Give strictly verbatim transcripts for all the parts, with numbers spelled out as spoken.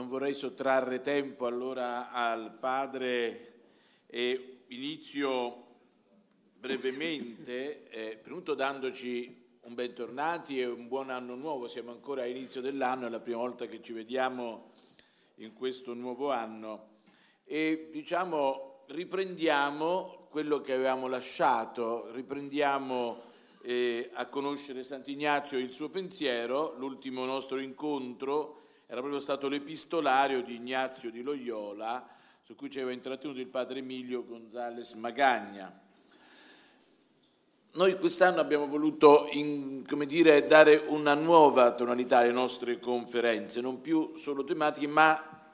Non vorrei sottrarre tempo allora al padre e inizio brevemente, eh, venuto dandoci un bentornati e un buon anno nuovo. Siamo ancora all'inizio dell'anno, è la prima volta che ci vediamo in questo nuovo anno e diciamo riprendiamo quello che avevamo lasciato, riprendiamo eh, a conoscere Sant'Ignazio e il suo pensiero. L'ultimo nostro incontro era proprio stato l'epistolario di Ignazio di Loyola, su cui ci aveva intrattenuto il padre Emilio González Magagna. Noi quest'anno abbiamo voluto, in, come dire, dare una nuova tonalità alle nostre conferenze, non più solo tematiche, ma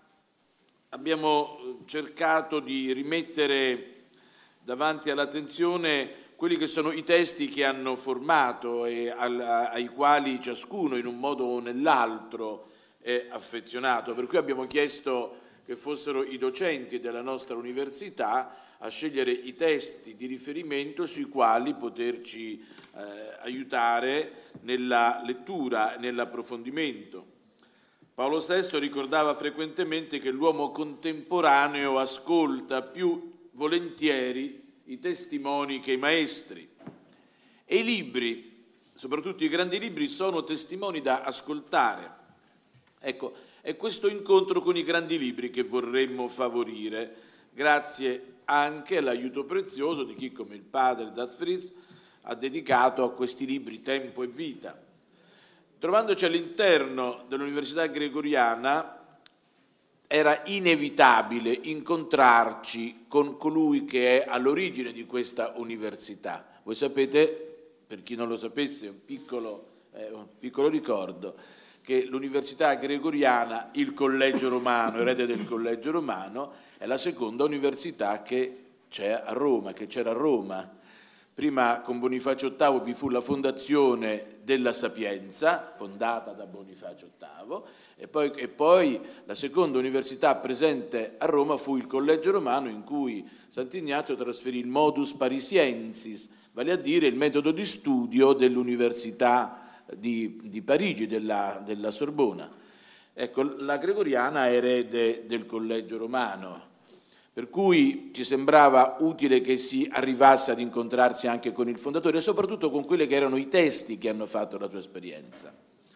abbiamo cercato di rimettere davanti all'attenzione quelli che sono i testi che hanno formato e al, ai quali ciascuno in un modo o nell'altro è affezionato, per cui abbiamo chiesto che fossero i docenti della nostra università a scegliere i testi di riferimento sui quali poterci eh, aiutare nella lettura e nell'approfondimento. Paolo sesto ricordava frequentemente che l'uomo contemporaneo ascolta più volentieri i testimoni che i maestri, e i libri, soprattutto i grandi libri, sono testimoni da ascoltare. Ecco, è questo incontro con i grandi libri che vorremmo favorire, grazie anche all'aiuto prezioso di chi, come il padre Zaz Friz, ha dedicato a questi libri tempo e vita. Trovandoci all'interno dell'Università Gregoriana, era inevitabile incontrarci con colui che è all'origine di questa università. Voi sapete, per chi non lo sapesse, un piccolo, eh, un piccolo ricordo, che l'Università Gregoriana, il Collegio Romano, erede del Collegio Romano, è la seconda università che c'è a Roma, che c'era a Roma. Prima con Bonifacio ottavo vi fu la fondazione della Sapienza, fondata da Bonifacio ottavo, e poi, e poi la seconda università presente a Roma fu il Collegio Romano, in cui Sant'Ignazio trasferì il modus parisiensis, vale a dire il metodo di studio dell'Università Di, di Parigi, della, della Sorbona. Ecco, la Gregoriana è erede del Collegio Romano, per cui ci sembrava utile che si arrivasse ad incontrarsi anche con il fondatore e soprattutto con quelli che erano i testi che hanno fatto la sua esperienza.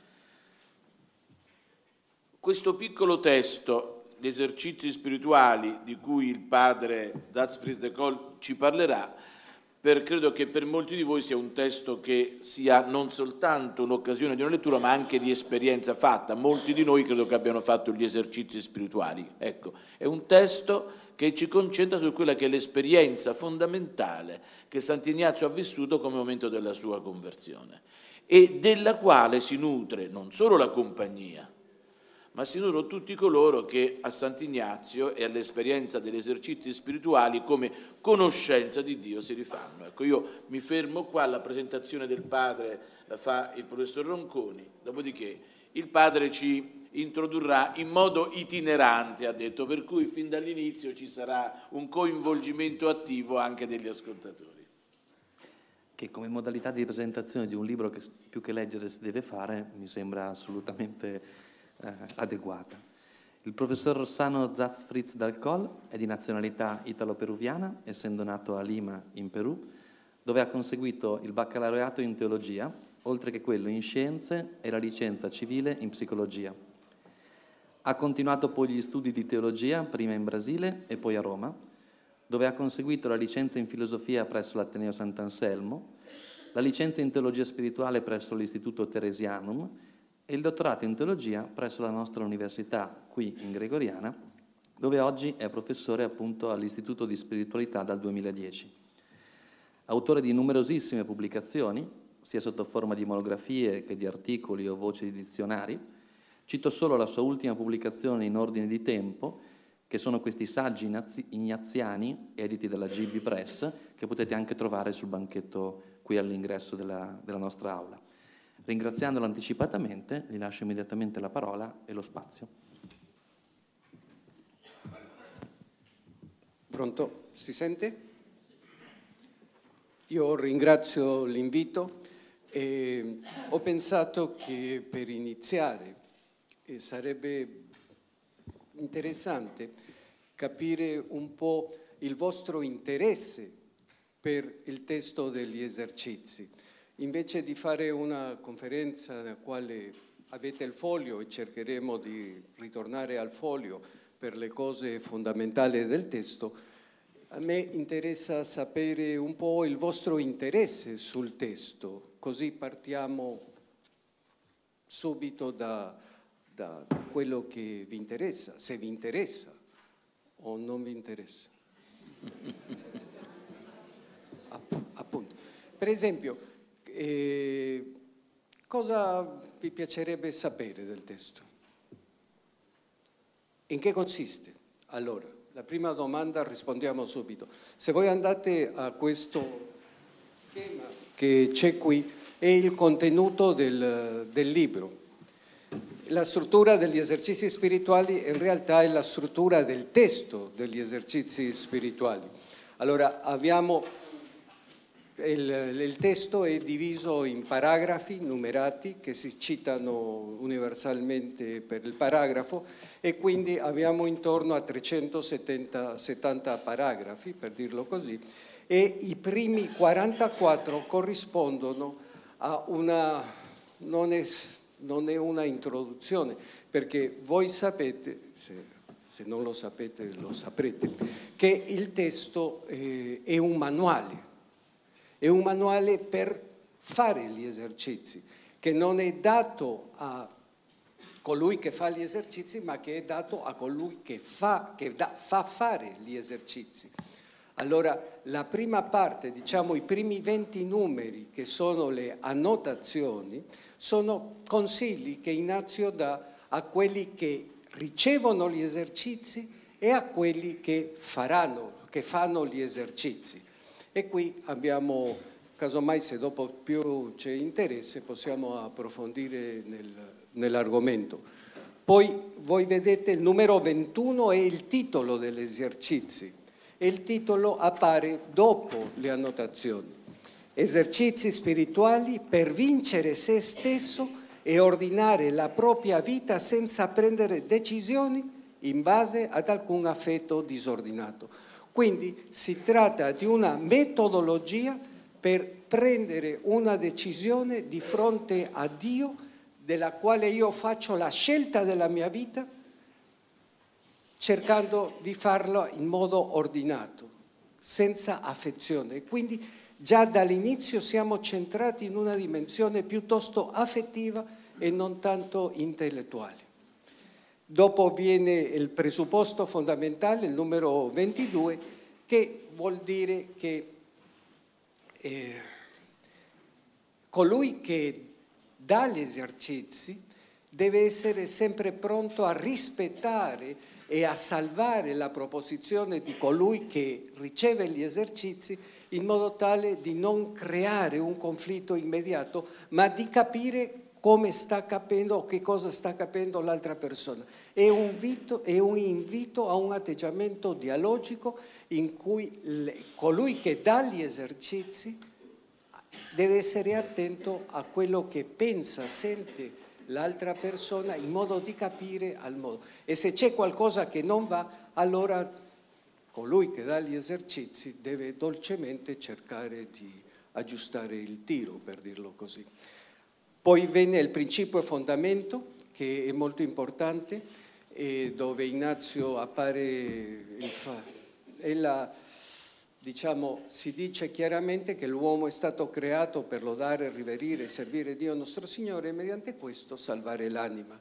Questo piccolo testo, gli esercizi spirituali, di cui il padre Zaz Friz de Col ci parlerà, Per, credo che per molti di voi sia un testo che sia non soltanto un'occasione di una lettura, ma anche di esperienza fatta. Molti di noi credo che abbiano fatto gli esercizi spirituali. Ecco, è un testo che ci concentra su quella che è l'esperienza fondamentale che Sant'Ignazio ha vissuto come momento della sua conversione e della quale si nutre non solo la compagnia, ma si nutrono tutti coloro che a Sant'Ignazio e all'esperienza degli esercizi spirituali come conoscenza di Dio si rifanno. Ecco, io mi fermo qua, la presentazione del padre la fa il professor Ronconi, dopodiché il padre ci introdurrà in modo itinerante, ha detto, per cui fin dall'inizio ci sarà un coinvolgimento attivo anche degli ascoltatori. Che come modalità di presentazione di un libro che più che leggere si deve fare, mi sembra assolutamente Eh, adeguata. Il professor Rossano Zaz Friz dal Col è di nazionalità italo-peruviana, essendo nato a Lima, in Perù, dove ha conseguito il baccalaureato in teologia, oltre che quello in scienze e la licenza civile in psicologia. Ha continuato poi gli studi di teologia, prima in Brasile e poi a Roma, dove ha conseguito la licenza in filosofia presso l'Ateneo Sant'Anselmo, la licenza in teologia spirituale presso l'Istituto Teresianum e il dottorato in teologia presso la nostra università qui in Gregoriana, dove oggi è professore appunto all'Istituto di Spiritualità dal duemiladieci. Autore di numerosissime pubblicazioni, sia sotto forma di monografie che di articoli o voci di dizionari. Cito solo la sua ultima pubblicazione in ordine di tempo, che sono questi saggi ignaziani editi dalla G B Press, che potete anche trovare sul banchetto qui all'ingresso della, della nostra aula. Ringraziandolo anticipatamente, gli lascio immediatamente la parola e lo spazio. Pronto? Si sente? Io ringrazio l'invito e ho pensato che per iniziare eh, sarebbe interessante capire un po' il vostro interesse per il testo degli esercizi. Invece di fare una conferenza nella quale avete il foglio e cercheremo di ritornare al foglio per le cose fondamentali del testo, a me interessa sapere un po' il vostro interesse sul testo, così partiamo subito da, da, da quello che vi interessa, se vi interessa o non vi interessa. Appunto. Per esempio, eh, cosa vi piacerebbe sapere del testo? In che consiste? Allora, la prima domanda rispondiamo subito. Se voi andate a questo schema che c'è qui, è il contenuto del, del libro. La struttura degli esercizi spirituali in realtà è la struttura del testo degli esercizi spirituali. Allora, abbiamo il, il testo è diviso in paragrafi numerati che si citano universalmente per il paragrafo e quindi abbiamo intorno a trecentosettanta paragrafi, per dirlo così, e i primi quarantaquattro corrispondono a una, non è, non è una introduzione, perché voi sapete, se, se non lo sapete lo saprete, che il testo eh, è un manuale, è un manuale per fare gli esercizi, che non è dato a colui che fa gli esercizi, ma che è dato a colui che fa, che da, fa fare gli esercizi. Allora, la prima parte, diciamo i primi venti numeri, che sono le annotazioni, sono consigli che Ignazio dà a quelli che ricevono gli esercizi e a quelli che faranno, che fanno gli esercizi. E qui abbiamo, casomai se dopo più c'è interesse, possiamo approfondire nel, nell'argomento. Poi voi vedete il numero ventuno è il titolo degli esercizi e il titolo appare dopo le annotazioni. Esercizi spirituali per vincere se stesso e ordinare la propria vita senza prendere decisioni in base ad alcun affetto disordinato. Quindi si tratta di una metodologia per prendere una decisione di fronte a Dio, della quale io faccio la scelta della mia vita, cercando di farlo in modo ordinato, senza affezione. Quindi già dall'inizio siamo centrati in una dimensione piuttosto affettiva e non tanto intellettuale. Dopo viene il presupposto fondamentale, il numero ventidue, che vuol dire che eh, colui che dà gli esercizi deve essere sempre pronto a rispettare e a salvare la proposizione di colui che riceve gli esercizi in modo tale di non creare un conflitto immediato, ma di capire come sta capendo o che cosa sta capendo l'altra persona. È un, invito, è un invito a un atteggiamento dialogico in cui le, colui che dà gli esercizi deve essere attento a quello che pensa, sente l'altra persona in modo di capire al modo. E se c'è qualcosa che non va, allora colui che dà gli esercizi deve dolcemente cercare di aggiustare il tiro, per dirlo così. Poi venne il principio e fondamento, che è molto importante, e dove Ignazio appare, il fa, è la, diciamo, si dice chiaramente che l'uomo è stato creato per lodare, riverire e servire Dio nostro Signore e mediante questo salvare l'anima.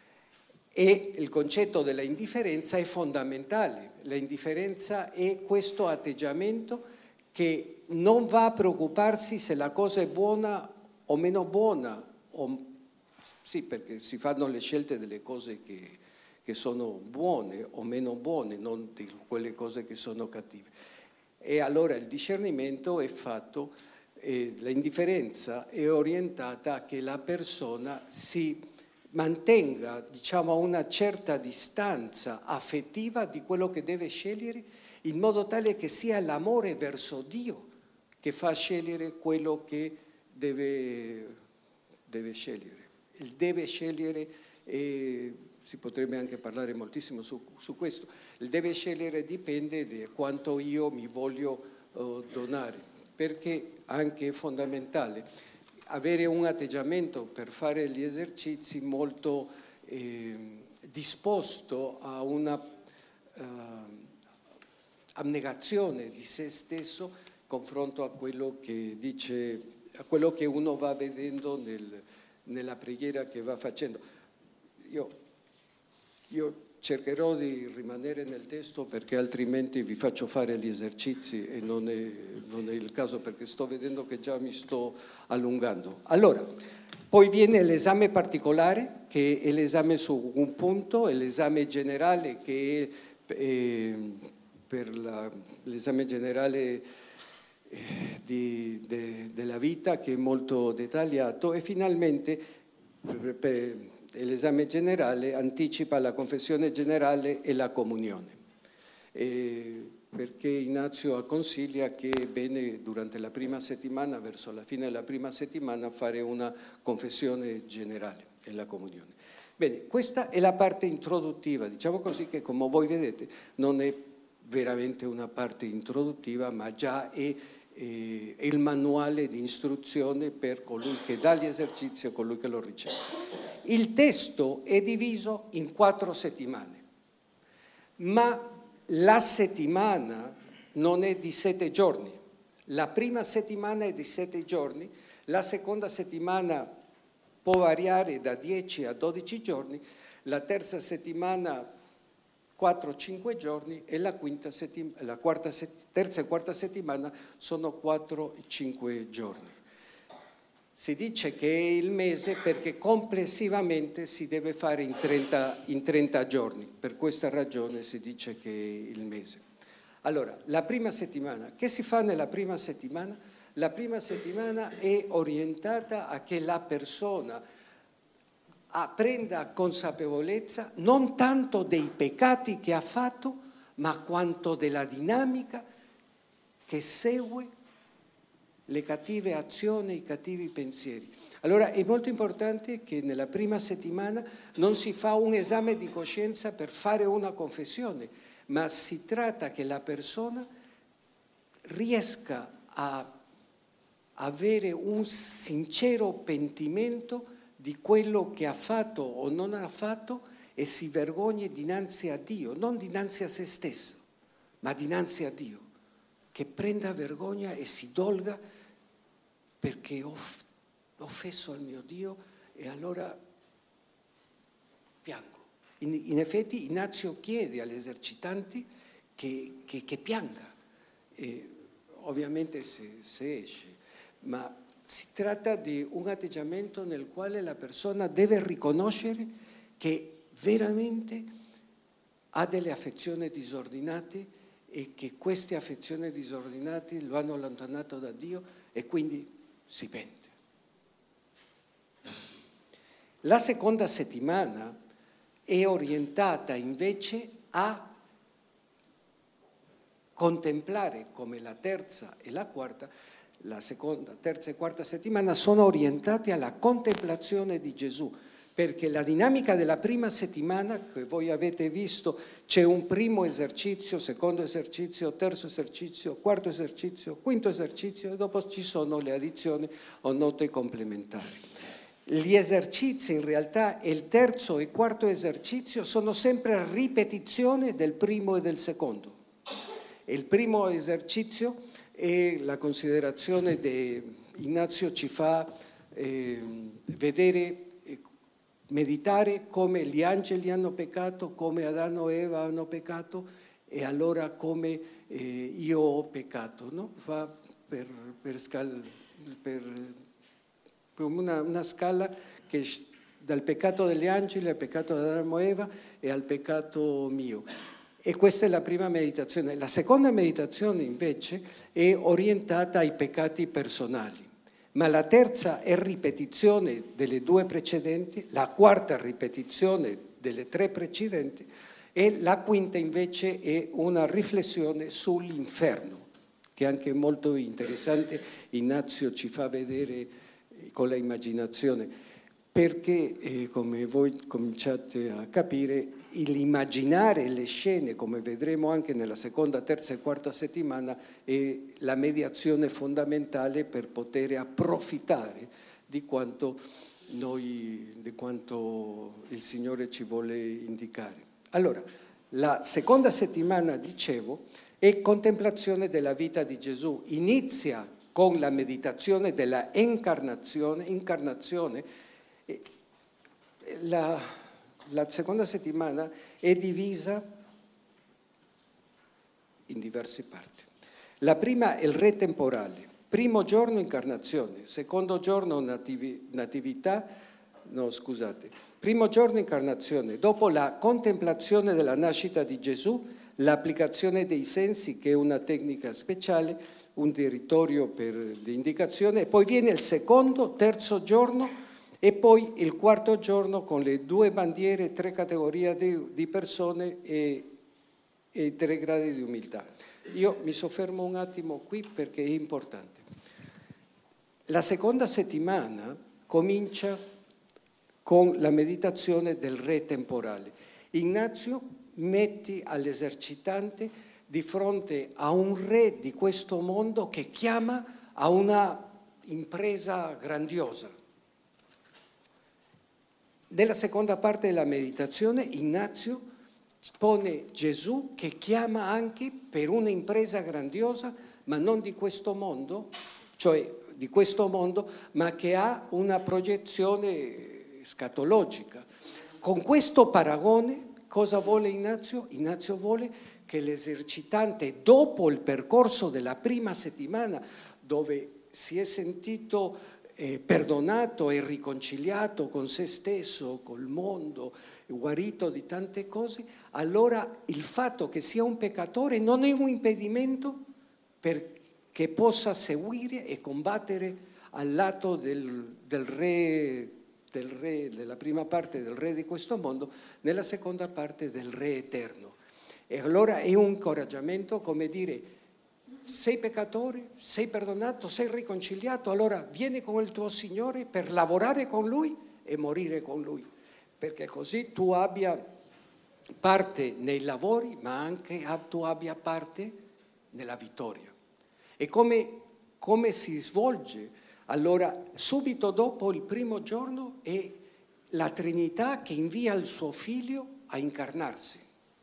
E il concetto della indifferenza è fondamentale. La indifferenza è questo atteggiamento che non va a preoccuparsi se la cosa è buona o meno buona. O, sì, perché si fanno le scelte delle cose che, che sono buone o meno buone, non di quelle cose che sono cattive. E allora il discernimento è fatto, eh, l'indifferenza è orientata a che la persona si mantenga, diciamo, a una certa distanza affettiva di quello che deve scegliere, in modo tale che sia l'amore verso Dio che fa scegliere quello che deve, deve scegliere. Il deve scegliere è si potrebbe anche parlare moltissimo su, su questo. Il deve scegliere dipende da quanto io mi voglio uh, donare, perché anche è fondamentale avere un atteggiamento per fare gli esercizi molto eh, disposto a una uh, abnegazione di se stesso confronto a quello che dice, a quello che uno va vedendo nel, nella preghiera che va facendo. Io, io cercherò di rimanere nel testo perché altrimenti vi faccio fare gli esercizi e non è, non è il caso, perché sto vedendo che già mi sto allungando. Allora, poi viene l'esame particolare, che è l'esame su un punto, e l'esame generale, che è eh, per la, l'esame generale di, de, della vita, che è molto dettagliato, e finalmente per, per, l'esame generale anticipa la confessione generale e la comunione, e perché Ignazio consiglia che è bene durante la prima settimana, verso la fine della prima settimana, fare una confessione generale e la comunione. Bene, questa è la parte introduttiva, diciamo così, che come voi vedete non è veramente una parte introduttiva, ma già è è il manuale di istruzione per colui che dà gli esercizi e colui che lo riceve. Il testo è diviso in quattro settimane, ma la settimana non è di sette giorni. La prima settimana è di sette giorni, la seconda settimana può variare da dieci a dodici giorni, la terza settimana quattro cinque giorni e la, quinta settim- la quarta set- terza e quarta settimana sono quattro cinque giorni. Si dice che è il mese perché complessivamente si deve fare in trenta, in trenta giorni, per questa ragione si dice che è il mese. Allora, la prima settimana, che si fa nella prima settimana? La prima settimana è orientata a che la persona A prenda consapevolezza non tanto dei peccati che ha fatto, ma quanto della dinamica che segue le cattive azioni, i cattivi pensieri. Allora è molto importante che nella prima settimana non si fa un esame di coscienza per fare una confessione, ma si tratta che la persona riesca a avere un sincero pentimento di quello che ha fatto o non ha fatto e si vergogni dinanzi a Dio, non dinanzi a se stesso, ma dinanzi a Dio, che prenda vergogna e si dolga perché ho offeso al mio Dio e allora piango. In, in effetti Ignazio chiede agli esercitanti che, che, che pianga, e ovviamente se, se esce, ma si tratta di un atteggiamento nel quale la persona deve riconoscere che veramente ha delle affezioni disordinate e che queste affezioni disordinate lo hanno allontanato da Dio e quindi si pente. La seconda settimana è orientata invece a contemplare, come la terza e la quarta, la seconda, terza e quarta settimana sono orientate alla contemplazione di Gesù, perché la dinamica della prima settimana che voi avete visto, c'è un primo esercizio, secondo esercizio, terzo esercizio, quarto esercizio, quinto esercizio e dopo ci sono le addizioni o note complementari. Gli esercizi in realtà, il terzo e quarto esercizio sono sempre ripetizione del primo e del secondo. Il primo esercizio e la considerazione di Ignazio ci fa eh, vedere, eh, meditare come gli angeli hanno peccato, come Adamo e Eva hanno peccato e allora come eh, io ho peccato, no? Va per, per, scal, per, per una, una scala che dal peccato degli angeli al peccato di Adamo e Eva e al peccato mio. E questa è la prima meditazione. La seconda meditazione invece è orientata ai peccati personali, ma la terza è ripetizione delle due precedenti, la quarta ripetizione delle tre precedenti e la quinta invece è una riflessione sull'inferno, che è anche molto interessante. Ignazio ci fa vedere con la immaginazione. perché, eh, come voi cominciate a capire, l'immaginare le scene, come vedremo anche nella seconda, terza e quarta settimana, è la mediazione fondamentale per poter approfittare di quanto, noi, di quanto il Signore ci vuole indicare. Allora, la seconda settimana, dicevo, è contemplazione della vita di Gesù. Inizia con la meditazione della incarnazione, incarnazione. La, la seconda settimana è divisa in diverse parti. La prima è il re temporale. Primo giorno incarnazione, secondo giorno nativi, natività, no scusate, primo giorno incarnazione, dopo la contemplazione della nascita di Gesù, l'applicazione dei sensi, che è una tecnica speciale, un territorio per l'indicazione, e poi viene il secondo, terzo giorno e poi il quarto giorno con le due bandiere, tre categorie di, di persone e, e tre gradi di umiltà. Io mi soffermo un attimo qui perché è importante. La seconda settimana comincia con la meditazione del re temporale. Ignazio mette all'esercitante di fronte a un re di questo mondo che chiama a una impresa grandiosa. Nella seconda parte della meditazione Ignazio pone Gesù che chiama anche per un'impresa grandiosa, ma non di questo mondo, cioè di questo mondo, ma che ha una proiezione scatologica. Con questo paragone, cosa vuole Ignazio? Ignazio vuole che l'esercitante, dopo il percorso della prima settimana, dove si è sentito eh, perdonato e riconciliato con se stesso, col mondo, guarito di tante cose, allora il fatto che sia un peccatore non è un impedimento perché che possa seguire e combattere al lato del, del, re, del re, della prima parte del re di questo mondo, nella seconda parte del re eterno. E allora è un incoraggiamento, come dire, sei peccatore, sei perdonato, sei riconciliato, allora vieni con il tuo Signore per lavorare con Lui e morire con Lui, perché così tu abbia parte nei lavori, ma anche tu abbia parte nella vittoria. E come, come si svolge? Allora, subito dopo il primo giorno è la Trinità che invia il suo figlio a incarnarsi.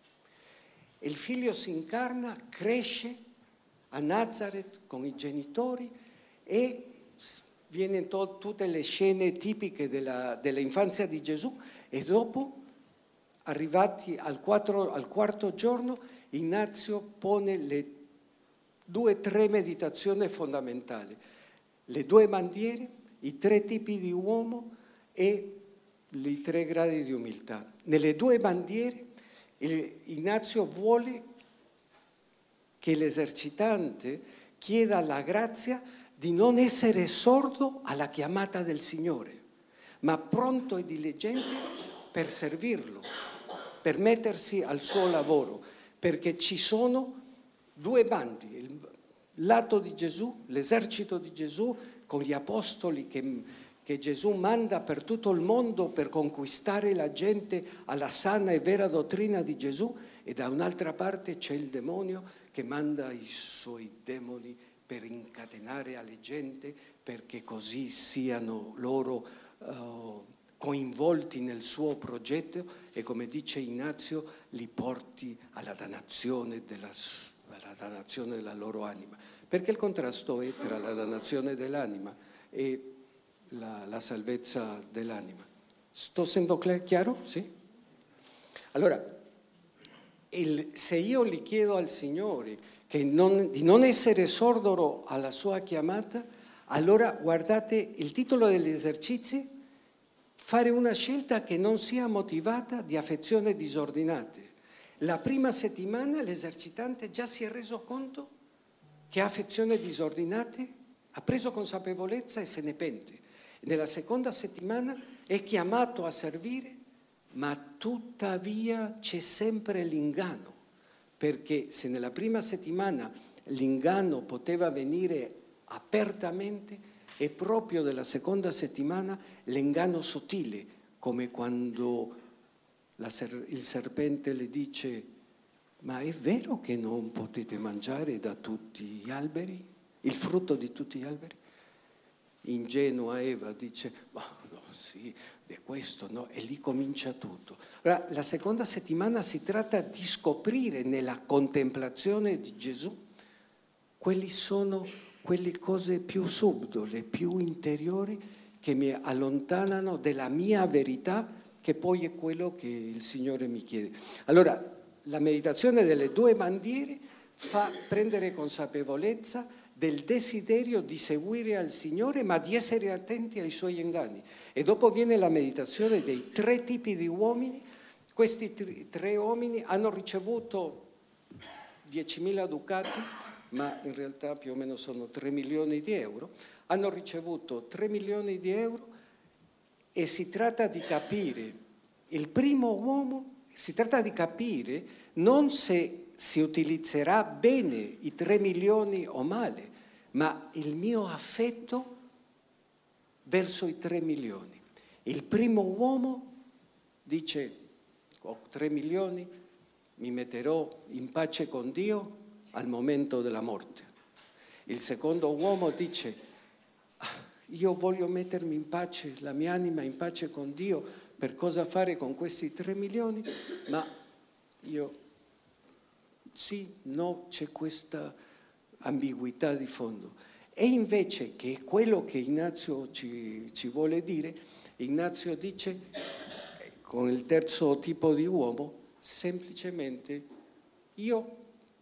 Il figlio si incarna, cresce a Nazareth con i genitori e viene to- tutte le scene tipiche della, dell'infanzia di Gesù, e dopo, arrivati al, quattro, al quarto giorno, Ignazio pone le due o tre meditazioni fondamentali, le due bandiere, i tre tipi di uomo e i tre gradi di umiltà. Nelle due bandiere Ignazio vuole che l'esercitante chieda la grazia di non essere sordo alla chiamata del Signore, ma pronto e diligente per servirlo, per mettersi al suo lavoro, perché ci sono due bandi, il lato di Gesù, l'esercito di Gesù con gli apostoli che, che Gesù manda per tutto il mondo per conquistare la gente alla sana e vera dottrina di Gesù, e da un'altra parte c'è il demonio che manda i suoi demoni per incatenare alle gente perché così siano loro uh, coinvolti nel suo progetto e, come dice Ignazio, li porti alla dannazione della la dannazione della loro anima, perché il contrasto è tra la dannazione dell'anima e la, la salvezza dell'anima. Sto essendo chiaro? Sì? Allora, il, se io gli chiedo al Signore che non, di non essere sordo alla sua chiamata, allora guardate il titolo degli esercizi, fare una scelta che non sia motivata di affezioni disordinate. La prima settimana l'esercitante già si è reso conto che ha affezioni disordinate, ha preso consapevolezza e se ne pente. Nella seconda settimana è chiamato a servire, ma tuttavia c'è sempre l'inganno, perché se nella prima settimana l'inganno poteva venire apertamente, è proprio della seconda settimana l'inganno sottile, come quando la ser- il serpente le dice: ma è vero che non potete mangiare da tutti gli alberi, il frutto di tutti gli alberi? Ingenua Eva dice: ma no, sì, è questo, no? E lì comincia tutto. Ora, la seconda settimana si tratta di scoprire nella contemplazione di Gesù quali sono quelle cose più subdole, più interiori, che mi allontanano dalla mia verità, che poi è quello che il Signore mi chiede. Allora, la meditazione delle due bandiere fa prendere consapevolezza del desiderio di seguire al Signore, ma di essere attenti ai suoi inganni. E dopo viene la meditazione dei tre tipi di uomini. Questi tre, tre uomini hanno ricevuto diecimila ducati, ma in realtà più o meno sono tre milioni di euro. Hanno ricevuto tre milioni di euro e si tratta di capire, il primo uomo, si tratta di capire non se si utilizzerà bene i tre milioni o male, ma il mio affetto verso i tre milioni. Il primo uomo dice: ho tre milioni, mi metterò in pace con Dio al momento della morte. Il secondo uomo dice: ah, io voglio mettermi in pace, la mia anima in pace con Dio, per cosa fare con questi tre milioni, ma io sì, no, c'è questa ambiguità di fondo. E invece, che è quello che Ignazio ci, ci vuole dire, Ignazio dice, con il terzo tipo di uomo, semplicemente: io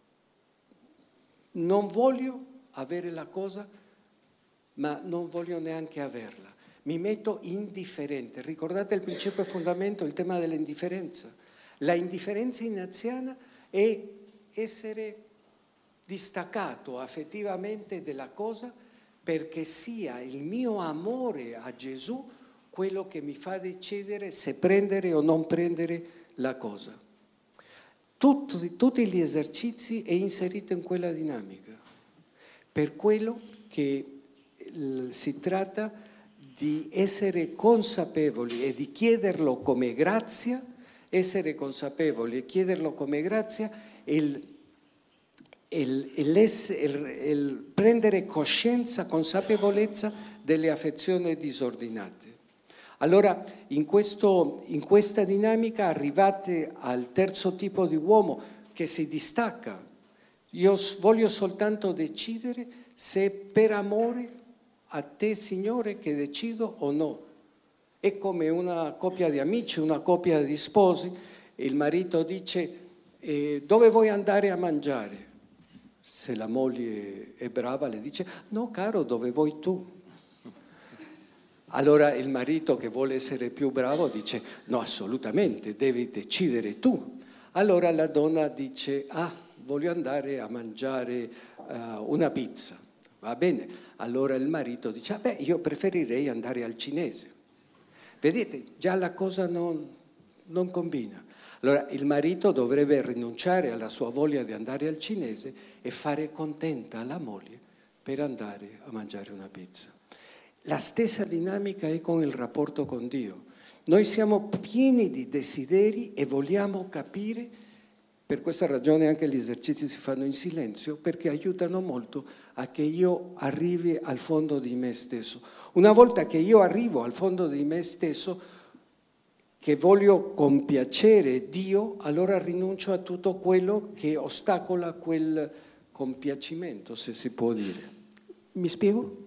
non voglio avere la cosa, ma non voglio neanche averla. Mi metto indifferente. Ricordate il principio fondamento, il tema dell'indifferenza. La indifferenza ignaziana è essere distaccato affettivamente dalla cosa, perché sia il mio amore a Gesù quello che mi fa decidere se prendere o non prendere la cosa. Tutti, tutti gli esercizi è inserito in quella dinamica, per quello che si tratta di essere consapevoli e di chiederlo come grazia, essere consapevoli e chiederlo come grazia, il, il, il, il, il prendere coscienza, consapevolezza delle affezioni disordinate. Allora, in, questo, in questa dinamica arrivate al terzo tipo di uomo che si distacca. Io voglio soltanto decidere se per amore a te, Signore, che decido o no. È come una coppia di amici, una coppia di sposi. Il marito dice: eh, dove vuoi andare a mangiare? Se la moglie è brava le dice: no caro, dove vuoi tu. Allora il marito, che vuole essere più bravo, dice: no, assolutamente, devi decidere tu. Allora la donna dice: ah, voglio andare a mangiare uh, una pizza. Va bene. Allora il marito dice: ah, beh, io preferirei andare al cinese. Vedete, già la cosa non, non combina. Allora il marito dovrebbe rinunciare alla sua voglia di andare al cinese e fare contenta la moglie per andare a mangiare una pizza. La stessa dinamica è con il rapporto con Dio. Noi siamo pieni di desideri e vogliamo capire, per questa ragione anche gli esercizi si fanno in silenzio, perché aiutano molto a che io arrivi al fondo di me stesso. Una volta che io arrivo al fondo di me stesso, che voglio compiacere Dio, allora rinuncio a tutto quello che ostacola quel compiacimento, se si può dire. Mi spiego?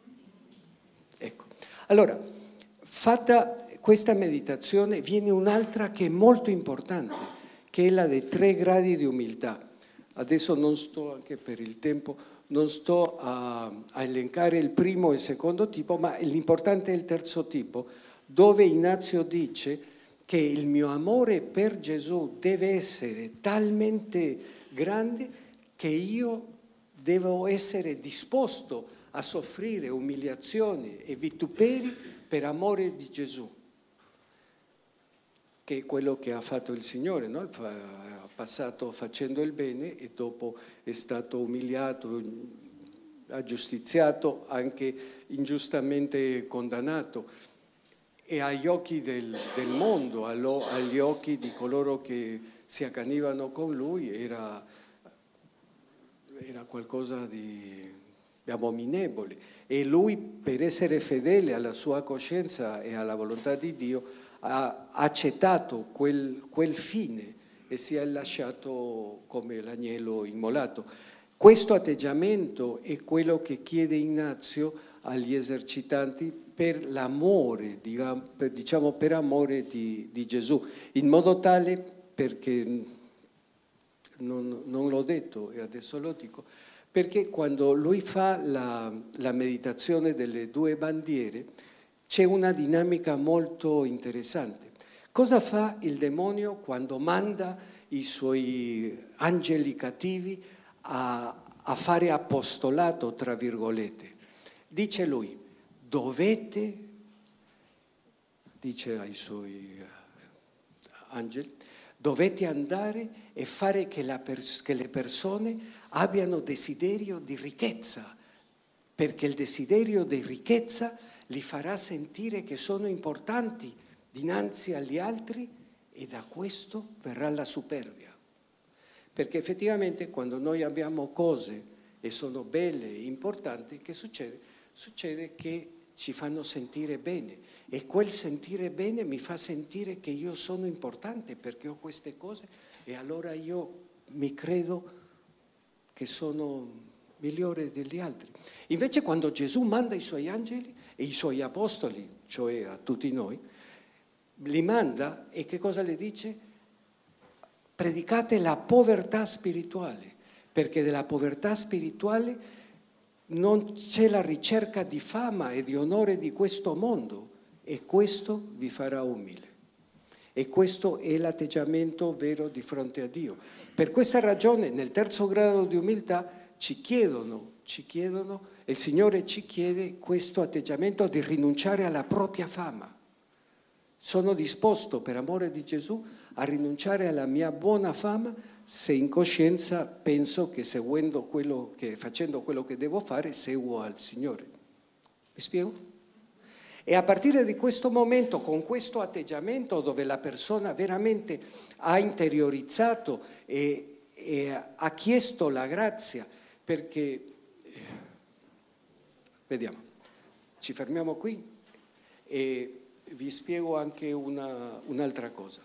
Ecco. Allora, fatta questa meditazione, viene un'altra che è molto importante, che è la dei tre gradi di umiltà. Adesso non sto, anche per il tempo, non sto a, a elencare il primo e il secondo tipo, ma l'importante è il terzo tipo, dove Ignazio dice che il mio amore per Gesù deve essere talmente grande che io devo essere disposto a soffrire umiliazioni e vituperi per amore di Gesù, che è quello che ha fatto il Signore, no? Ha passato facendo il bene e dopo è stato umiliato, aggiustiziato, anche ingiustamente condannato, e agli occhi del, del mondo, allo, agli occhi di coloro che si accanivano con lui, era, era qualcosa di, di abominevole. E lui, per essere fedele alla sua coscienza e alla volontà di Dio, ha accettato quel, quel fine e si è lasciato come l'agnello immolato. Questo atteggiamento è quello che chiede Ignazio agli esercitanti per l'amore, diciamo per amore di, di Gesù, in modo tale, perché non, non l'ho detto e adesso lo dico, perché quando lui fa la, la meditazione delle due bandiere c'è una dinamica molto interessante. Cosa fa il demonio quando manda i suoi angeli cattivi a, a fare apostolato, tra virgolette? Dice lui, dovete, dice ai suoi angeli, dovete andare e fare che, la pers- che le persone abbiano desiderio di ricchezza, perché il desiderio di ricchezza li farà sentire che sono importanti dinanzi agli altri e da questo verrà la superbia. Perché effettivamente quando noi abbiamo cose e sono belle e importanti, che succede? Succede che ci fanno sentire bene e quel sentire bene mi fa sentire che io sono importante perché ho queste cose e allora io mi credo che sono migliore degli altri. Invece quando Gesù manda i suoi angeli e i suoi apostoli, cioè a tutti noi, li manda e che cosa le dice? Predicate la povertà spirituale, perché della povertà spirituale non c'è la ricerca di fama e di onore di questo mondo e questo vi farà umile. E questo è l'atteggiamento vero di fronte a Dio. Per questa ragione nel terzo grado di umiltà ci chiedono, ci chiedono, il Signore ci chiede questo atteggiamento di rinunciare alla propria fama. Sono disposto per amore di Gesù a rinunciare alla mia buona fama se in coscienza penso che seguendo quello che, facendo quello che devo fare, seguo al Signore. Mi spiego? E a partire di questo momento, con questo atteggiamento dove la persona veramente ha interiorizzato e, e ha chiesto la grazia, perché, vediamo, ci fermiamo qui e vi spiego anche una, un'altra cosa.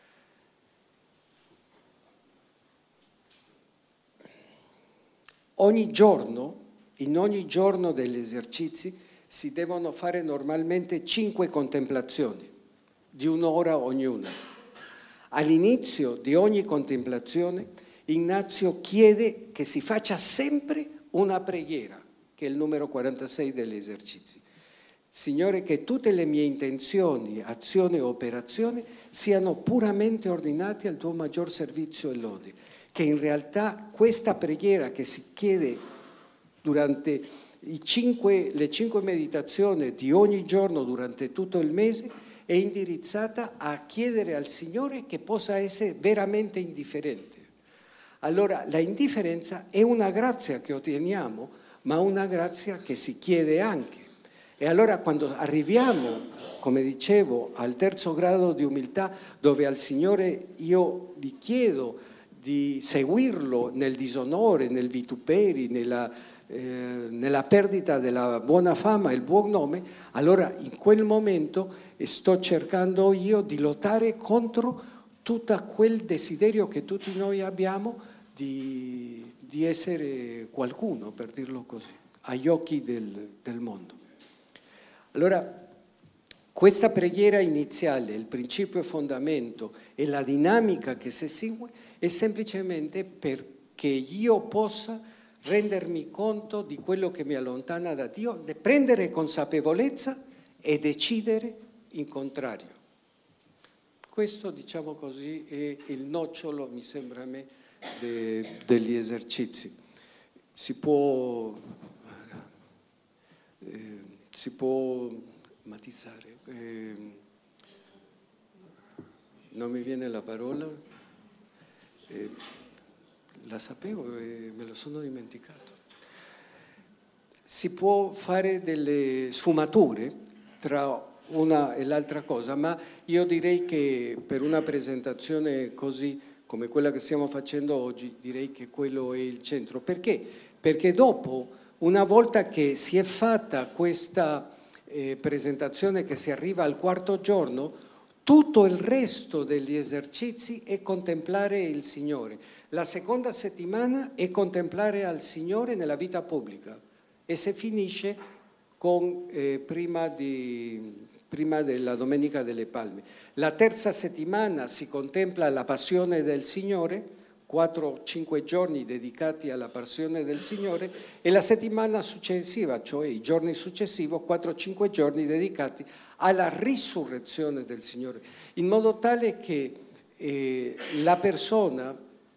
Ogni giorno, in ogni giorno degli esercizi, si devono fare normalmente cinque contemplazioni, di un'ora ognuna. All'inizio di ogni contemplazione, Ignazio chiede che si faccia sempre una preghiera, che è il numero quarantasei degli esercizi. Signore, che tutte le mie intenzioni, azioni e operazioni siano puramente ordinate al tuo maggior servizio e lode. Che in realtà questa preghiera che si chiede durante i cinque, le cinque meditazioni di ogni giorno durante tutto il mese è indirizzata a chiedere al Signore che possa essere veramente indifferente. Allora la indifferenza è una grazia che otteniamo, ma una grazia che si chiede anche. E allora quando arriviamo, come dicevo, al terzo grado di umiltà, dove al Signore io gli chiedo di seguirlo nel disonore, nel vituperi, nella, eh, nella perdita della buona fama e il buon nome, allora in quel momento sto cercando io di lottare contro tutto quel desiderio che tutti noi abbiamo di, di essere qualcuno, per dirlo così, agli occhi del, del mondo. Allora, questa preghiera iniziale, il principio e fondamento e la dinamica che si segue è semplicemente perché io possa rendermi conto di quello che mi allontana da Dio, prendere consapevolezza e decidere in contrario. Questo, diciamo così, è il nocciolo, mi sembra a me, de, degli esercizi. Si può... Eh, si può matizzare, eh, non mi viene la parola, eh, la sapevo e me lo sono dimenticato. si può fare delle sfumature tra una e l'altra cosa, ma io direi che per una presentazione così come quella che stiamo facendo oggi, direi che quello è il centro. Perché? Perché dopo, una volta che si è fatta questa eh, presentazione, che si arriva al quarto giorno, tutto il resto degli esercizi è contemplare il Signore. La seconda settimana è contemplare al Signore nella vita pubblica e si finisce con, eh, prima di... prima della Domenica delle Palme. La terza settimana si contempla la Passione del Signore, quattro cinque giorni dedicati alla Passione del Signore, e la settimana successiva, cioè i giorni successivi, quattro cinque giorni dedicati alla risurrezione del Signore, in modo tale che eh, la persona,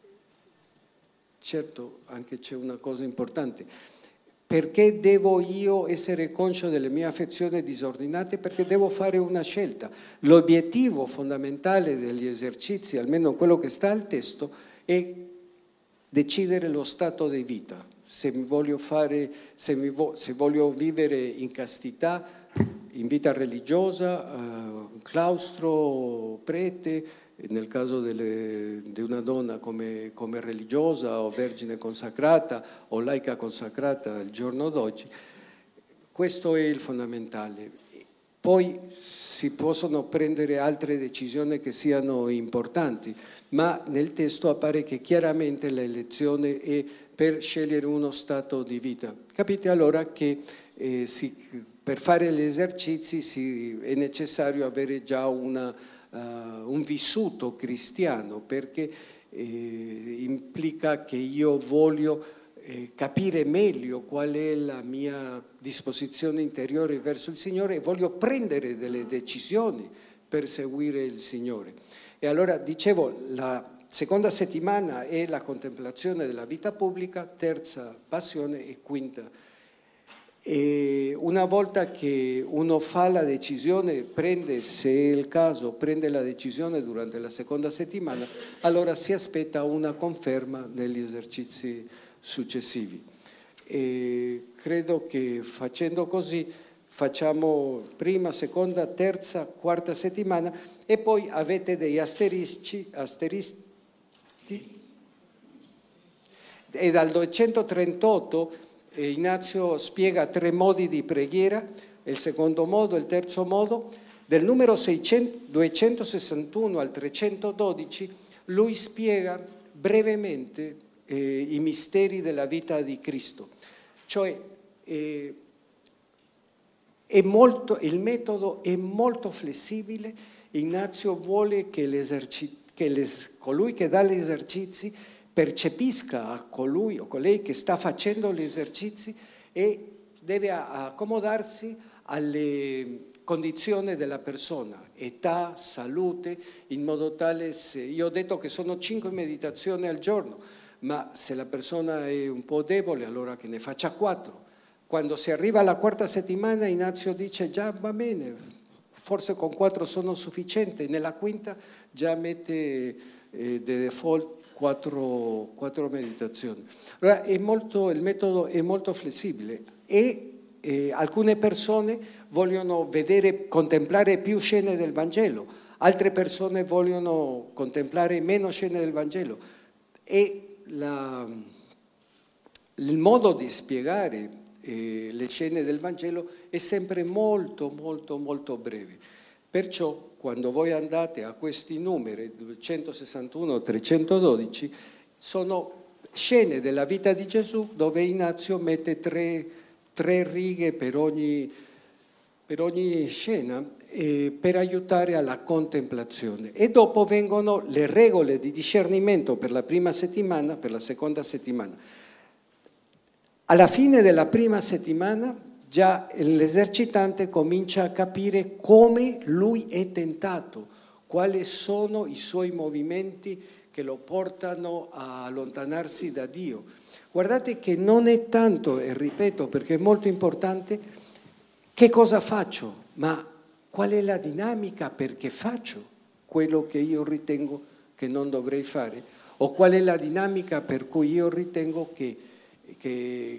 certo anche c'è una cosa importante, perché devo io essere conscio delle mie affezioni disordinate? Perché devo fare una scelta. L'obiettivo fondamentale degli esercizi, almeno quello che sta al testo, è decidere lo stato di vita. Se voglio fare, se, mi vo, se voglio vivere in castità, in vita religiosa, eh, claustro, prete, nel caso delle, di una donna come, come religiosa o vergine consacrata o laica consacrata al giorno d'oggi, questo è il fondamentale. Poi si possono prendere altre decisioni che siano importanti, ma nel testo appare che chiaramente l'elezione è per scegliere uno stato di vita. Capite allora che eh, si, per fare gli esercizi si, è necessario avere già una Uh, un vissuto cristiano, perché eh, implica che io voglio eh, capire meglio qual è la mia disposizione interiore verso il Signore e voglio prendere delle decisioni per seguire il Signore. E allora, dicevo, la seconda settimana è la contemplazione della vita pubblica, terza passione e quinta. E una volta che uno fa la decisione, prende, se è il caso, prende la decisione durante la seconda settimana, allora si aspetta una conferma negli esercizi successivi. E credo che facendo così facciamo prima, seconda, terza, quarta settimana e poi avete degli asterisci, asterischi e dal duecentotrentotto Ignazio spiega tre modi di preghiera, il secondo modo, il terzo modo. Del numero duecentosessantuno al trecentododici lui spiega brevemente eh, i misteri della vita di Cristo. Cioè eh, è molto, il metodo è molto flessibile. Ignazio vuole che, che les, colui che dà gli esercizi percepisca a colui o colei che sta facendo gli esercizi e deve accomodarsi alle condizioni della persona, età, salute, in modo tale se... Io ho detto che sono cinque meditazioni al giorno, ma se la persona è un po' debole, allora che ne faccia quattro. Quando si arriva alla quarta settimana, Ignazio dice già va bene, forse con quattro sono sufficienti. Nella quinta già mette eh, de default Quattro, quattro meditazioni. Allora, è molto, il metodo è molto flessibile e eh, alcune persone vogliono vedere, contemplare più scene del Vangelo, altre persone vogliono contemplare meno scene del Vangelo e la, il modo di spiegare eh, le scene del Vangelo è sempre molto, molto, molto breve. Perciò quando voi andate a questi numeri, duecentosessantuno trecentododici, sono scene della vita di Gesù dove Ignazio mette tre, tre righe per ogni, per ogni scena eh, per aiutare alla contemplazione. E dopo vengono le regole di discernimento per la prima settimana, per la seconda settimana. Alla fine della prima settimana già l'esercitante comincia a capire come lui è tentato, quali sono i suoi movimenti che lo portano a allontanarsi da Dio. Guardate che non è tanto, e ripeto perché è molto importante, che cosa faccio, ma qual è la dinamica perché faccio quello che io ritengo che non dovrei fare, o qual è la dinamica per cui io ritengo che, che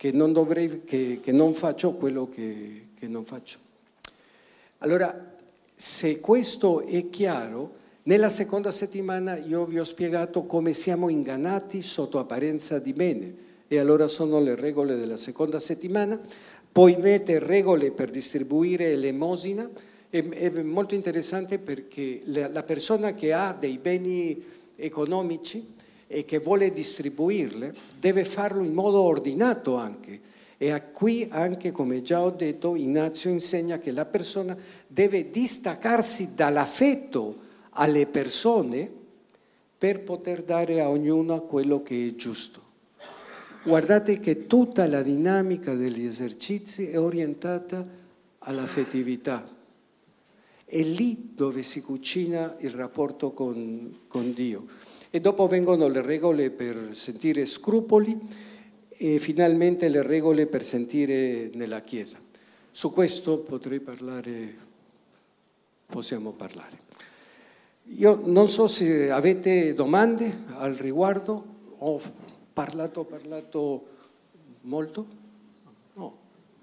che non, dovrei, che, che non faccio quello che, che non faccio. Allora, se questo è chiaro, nella seconda settimana io vi ho spiegato come siamo ingannati sotto apparenza di bene, e allora sono le regole della seconda settimana. Poi mette regole per distribuire elemosina. È, è molto interessante perché la, la persona che ha dei beni economici e che vuole distribuirle deve farlo in modo ordinato anche. E qui anche, come già ho detto, Ignazio insegna che la persona deve distaccarsi dall'affetto alle persone per poter dare a ognuno quello che è giusto. Guardate che tutta la dinamica degli esercizi è orientata all'affettività. È lì dove si cucina il rapporto con, con Dio. E dopo vengono le regole per sentire scrupoli e finalmente le regole per sentire nella Chiesa. Su questo potrei parlare, possiamo parlare. Io non so se avete domande al riguardo. Ho parlato, parlato molto? No.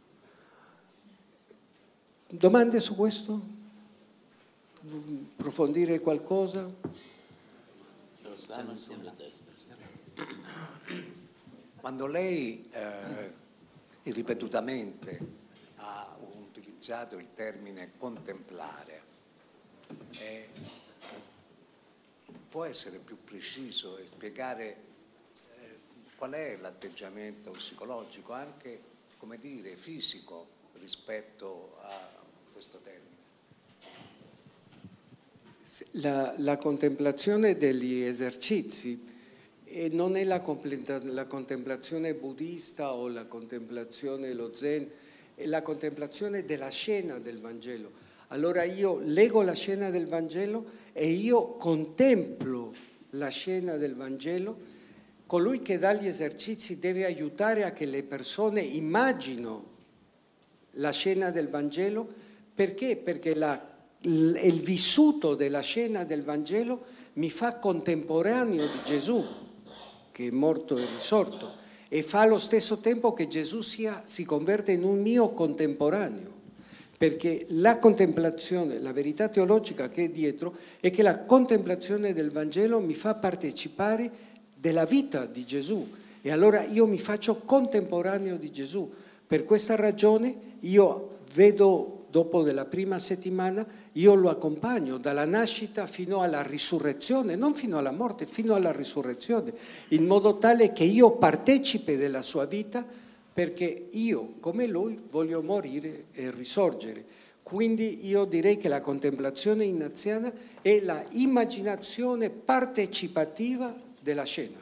Domande su questo? Approfondire qualcosa? Quando lei eh, ripetutamente ha utilizzato il termine contemplare, eh, può essere più preciso e spiegare eh, qual è l'atteggiamento psicologico, anche, come dire, fisico rispetto a questo termine? La, la contemplazione degli esercizi e non è la, la contemplazione buddista o la contemplazione lo zen, è la contemplazione della scena del Vangelo. Allora io leggo la scena del Vangelo e io contemplo la scena del Vangelo. Colui che dà gli esercizi deve aiutare a che le persone immaginino la scena del Vangelo. Perché? Perché la, il vissuto della scena del Vangelo mi fa contemporaneo di Gesù, che è morto e risorto, e fa allo stesso tempo che Gesù sia, si converte in un mio contemporaneo, perché la contemplazione, la verità teologica che è dietro, è che la contemplazione del Vangelo mi fa partecipare della vita di Gesù, e allora io mi faccio contemporaneo di Gesù. Per questa ragione io vedo, dopo della prima settimana, io lo accompagno dalla nascita fino alla risurrezione, non fino alla morte, fino alla risurrezione, in modo tale che io partecipe della sua vita, perché io, come lui, voglio morire e risorgere. Quindi io direi che la contemplazione ignaziana è la immaginazione partecipativa della scena.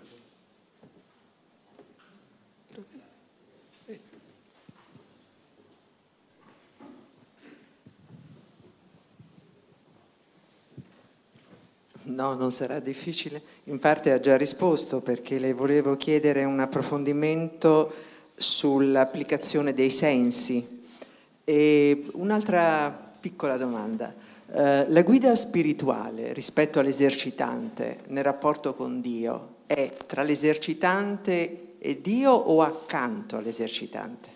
No, non sarà difficile. In parte ha già risposto, perché le volevo chiedere un approfondimento sull'applicazione dei sensi. E un'altra piccola domanda. Eh, la guida spirituale rispetto all'esercitante nel rapporto con Dio è tra l'esercitante e Dio o accanto all'esercitante?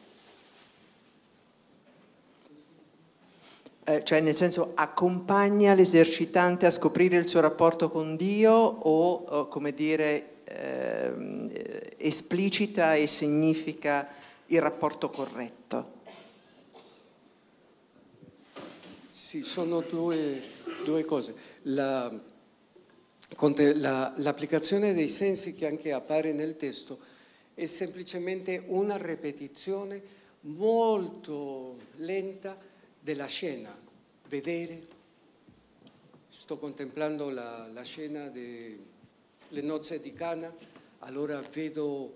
Eh, cioè nel senso, accompagna l'esercitante a scoprire il suo rapporto con Dio o, o come dire, eh, esplicita e significa il rapporto corretto? Sì, sono due, due cose. La, la, l'applicazione dei sensi, che anche appare nel testo, è semplicemente una ripetizione molto lenta della scena. Vedere, sto contemplando la, la scena delle nozze di Cana, allora vedo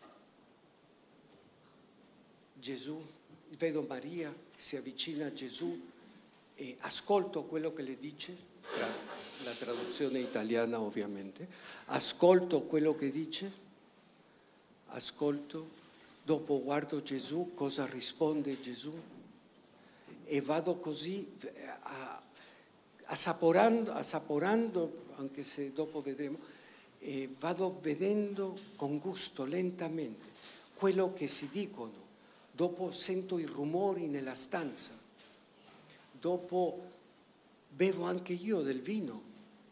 Gesù, vedo Maria, si avvicina a Gesù e ascolto quello che le dice, la traduzione italiana ovviamente, ascolto quello che dice, ascolto, dopo guardo Gesù, cosa risponde Gesù, e vado così assaporando, assaporando, anche se dopo vedremo, e vado vedendo con gusto, lentamente. quello che si dicono, dopo sento i rumori nella stanza, dopo bevo anche io del vino.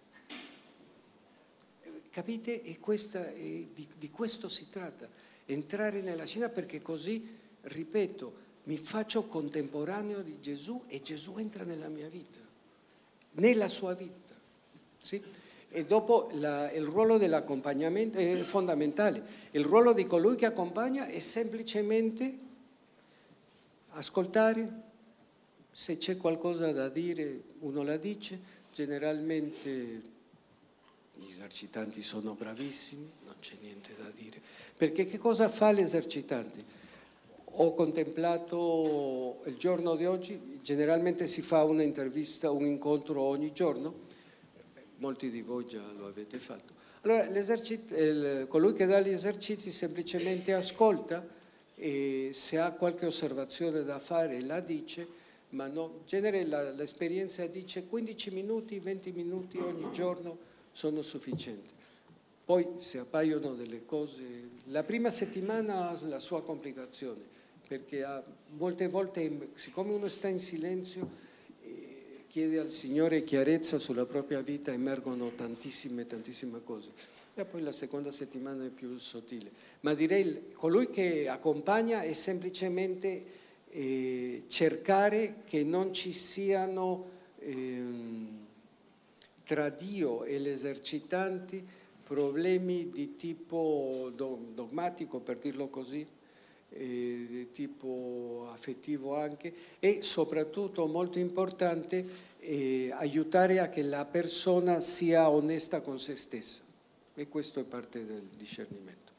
Capite? E questa, e di, di questo si tratta, entrare nella scena, perché così, ripeto, mi faccio contemporaneo di Gesù e Gesù entra nella mia vita, nella sua vita. Sì? E dopo la, il ruolo dell'accompagnamento è fondamentale. Il ruolo di colui che accompagna è semplicemente ascoltare, se c'è qualcosa da dire uno la dice, generalmente gli esercitanti sono bravissimi, non c'è niente da dire. Perché che cosa fa l'esercitante? Ho contemplato il giorno di oggi, generalmente si fa un'intervista, un incontro ogni giorno, molti di voi già lo avete fatto. Allora, il, colui che dà gli esercizi semplicemente ascolta e se ha qualche osservazione da fare la dice, ma no, in genere la, l'esperienza dice quindici minuti, venti minuti ogni giorno sono sufficienti. Poi se appaiono delle cose, la prima settimana ha la sua complicazione, perché ha, molte volte, siccome uno sta in silenzio, chiede al Signore chiarezza sulla propria vita, emergono tantissime, tantissime cose. E poi la seconda settimana è più sottile. Ma direi, colui che accompagna è semplicemente eh, cercare che non ci siano eh, tra Dio e gli esercitanti problemi di tipo dogmatico, per dirlo così, eh, di tipo affettivo anche, e soprattutto molto importante eh, aiutare a che la persona sia onesta con se stessa, e questo è parte del discernimento.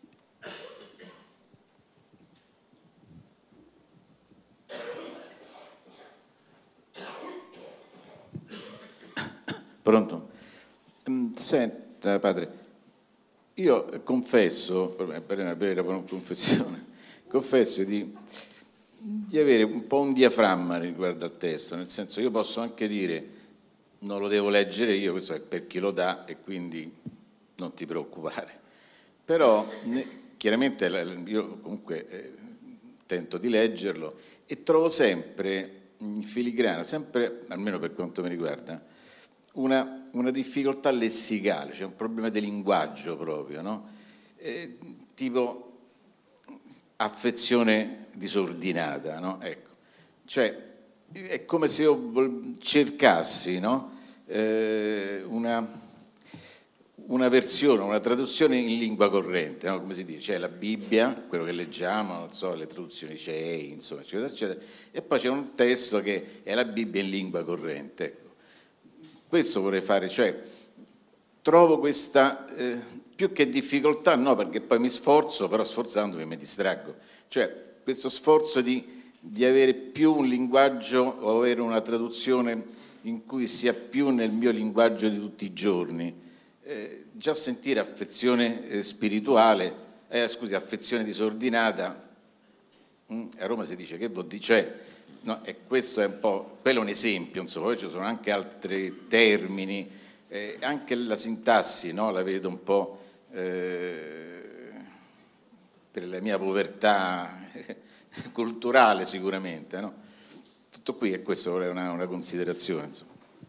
Pronto? Senta, padre, io confesso, per una vera confessione, confesso di, di avere un po' un diaframma riguardo al testo, nel senso io posso anche dire non lo devo leggere io, questo è per chi lo dà e quindi non ti preoccupare. Però ne, chiaramente io comunque eh, tento di leggerlo e trovo sempre in filigrana, sempre, almeno per quanto mi riguarda, una, una difficoltà lessicale, c'è cioè un problema di linguaggio proprio, no? Eh, tipo affezione disordinata, no? Ecco. Cioè è come se io cercassi, no? eh, una, una versione, una traduzione in lingua corrente, no? Come si dice, c'è la Bibbia, quello che leggiamo, non so, le traduzioni C E I, insomma, eccetera, eccetera, e poi c'è un testo che è la Bibbia in lingua corrente. Ecco. Questo vorrei fare, cioè trovo questa, eh, più che difficoltà, no, perché poi mi sforzo, però sforzandomi mi distraggo, cioè questo sforzo di di avere più un linguaggio o avere una traduzione in cui sia più nel mio linguaggio di tutti i giorni. Eh, già sentire affezione eh, spirituale, eh, scusi, affezione disordinata, mh, a Roma si dice che vuol dire, cioè, no, e questo è un po', quello è un esempio, insomma, poi ci sono anche altri termini, eh, anche la sintassi, no, la vedo un po' eh, per la mia povertà culturale sicuramente, no? Tutto qui e questo è una, una considerazione, insomma.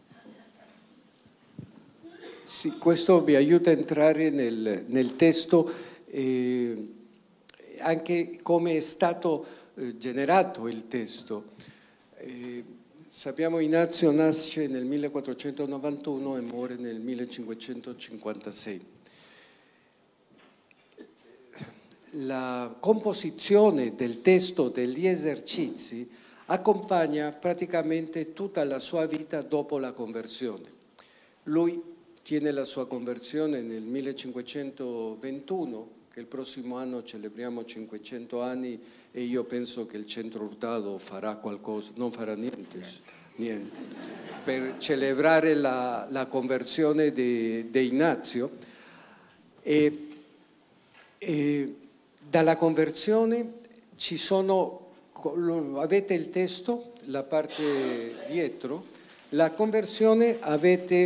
Sì, questo vi aiuta a entrare nel, nel testo, eh, anche come è stato eh, generato il testo. Eh, sappiamo Ignazio nasce nel millequattrocentonovantuno e muore nel millecinquecentocinquantasei. La composizione del testo degli esercizi accompagna praticamente tutta la sua vita dopo la conversione. Lui tiene la sua conversione nel millecinquecentoventuno, che il prossimo anno celebriamo cinquecento anni, e io penso che il Centro Hurtado farà qualcosa, non farà niente, niente per celebrare la, la conversione di Ignazio. E, e dalla conversione ci sono, avete il testo, la parte dietro, la conversione avete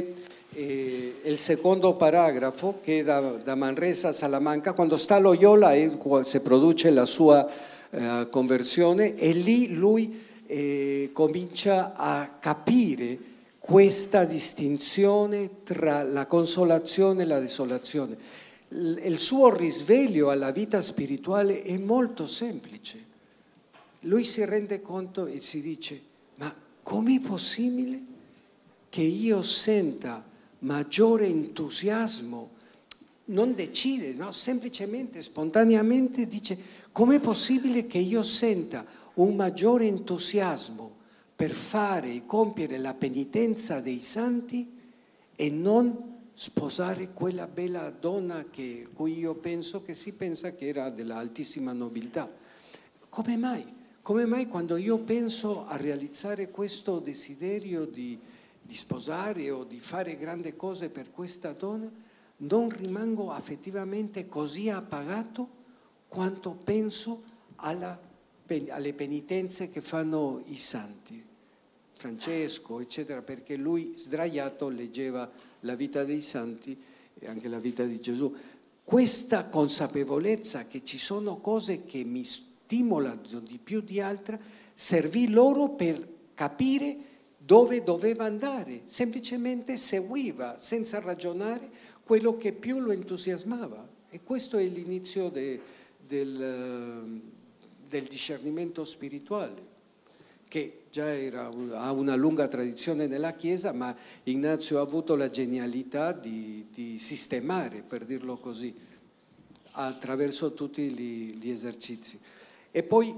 eh, il secondo paragrafo che è da, da Manresa a Salamanca, quando sta a Loyola è, si produce la sua eh, conversione e lì lui eh, comincia a capire questa distinzione tra la consolazione e la desolazione. Il suo risveglio alla vita spirituale è molto semplice. Lui si rende conto e si dice: ma com'è possibile che io senta maggiore entusiasmo? Non decide, no? Semplicemente, spontaneamente dice: com'è possibile che io senta un maggiore entusiasmo per fare e compiere la penitenza dei santi e non sposare quella bella donna che cui io penso che si pensa che era dell'altissima nobiltà? Come mai? Come mai quando io penso a realizzare questo desiderio di, di sposare o di fare grandi cose per questa donna, non rimango affettivamente così appagato quanto penso alla, alle penitenze che fanno i santi, Francesco, eccetera, perché lui sdraiato leggeva la vita dei santi e anche la vita di Gesù. Questa consapevolezza che ci sono cose che mi stimolano di più di altre servì loro per capire dove doveva andare, semplicemente seguiva senza ragionare quello che più lo entusiasmava. E questo è l'inizio de, del, del discernimento spirituale, che già era, ha una lunga tradizione nella Chiesa, ma Ignazio ha avuto la genialità di, di sistemare, per dirlo così, attraverso tutti gli, gli esercizi. E poi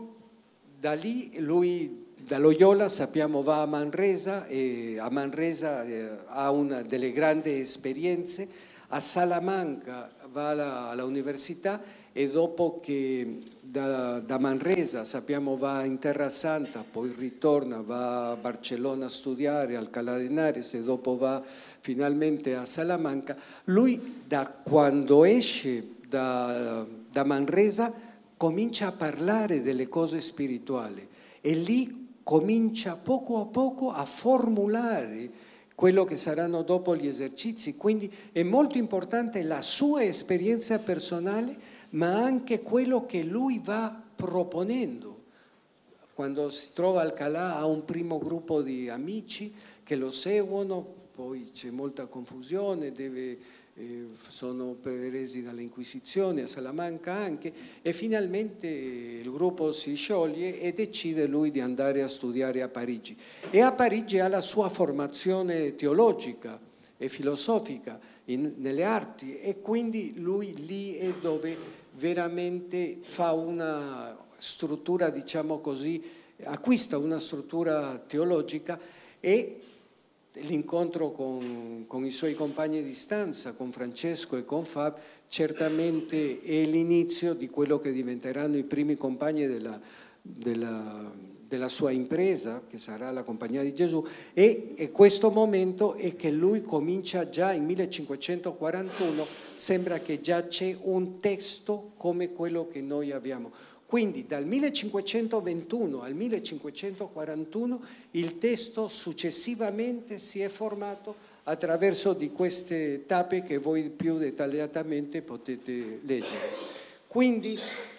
da lì lui, da Loyola sappiamo va a Manresa, e a Manresa eh, ha una delle grandi esperienze, a Salamanca va alla, all'università e dopo che da, da Manresa sappiamo va in Terra Santa, poi ritorna, va a Barcellona a studiare, al Alcalá de Henares e dopo va finalmente a Salamanca, lui da quando esce da, da Manresa comincia a parlare delle cose spirituali e lì comincia poco a poco a formulare quello che saranno dopo gli esercizi. Quindi è molto importante la sua esperienza personale, ma anche quello che lui va proponendo. Quando si trova a Alcalá ha un primo gruppo di amici che lo seguono, poi c'è molta confusione, deve, eh, sono presi dall'Inquisizione, a Salamanca anche, e finalmente il gruppo si scioglie e decide lui di andare a studiare a Parigi. E a Parigi ha la sua formazione teologica e filosofica in, nelle arti, e quindi lui lì è dove veramente fa una struttura, diciamo così, acquista una struttura teologica, e l'incontro con, con i suoi compagni di stanza, con Francesco e con Fab, certamente è l'inizio di quello che diventeranno i primi compagni della, della, della sua impresa, che sarà la Compagnia di Gesù, e, e questo momento è che lui comincia già in millecinquecentoquarantuno, sembra che già c'è un testo come quello che noi abbiamo. Quindi dal millecinquecentoventuno al millecinquecentoquarantuno il testo successivamente si è formato attraverso di queste tappe che voi più dettagliatamente potete leggere. Quindi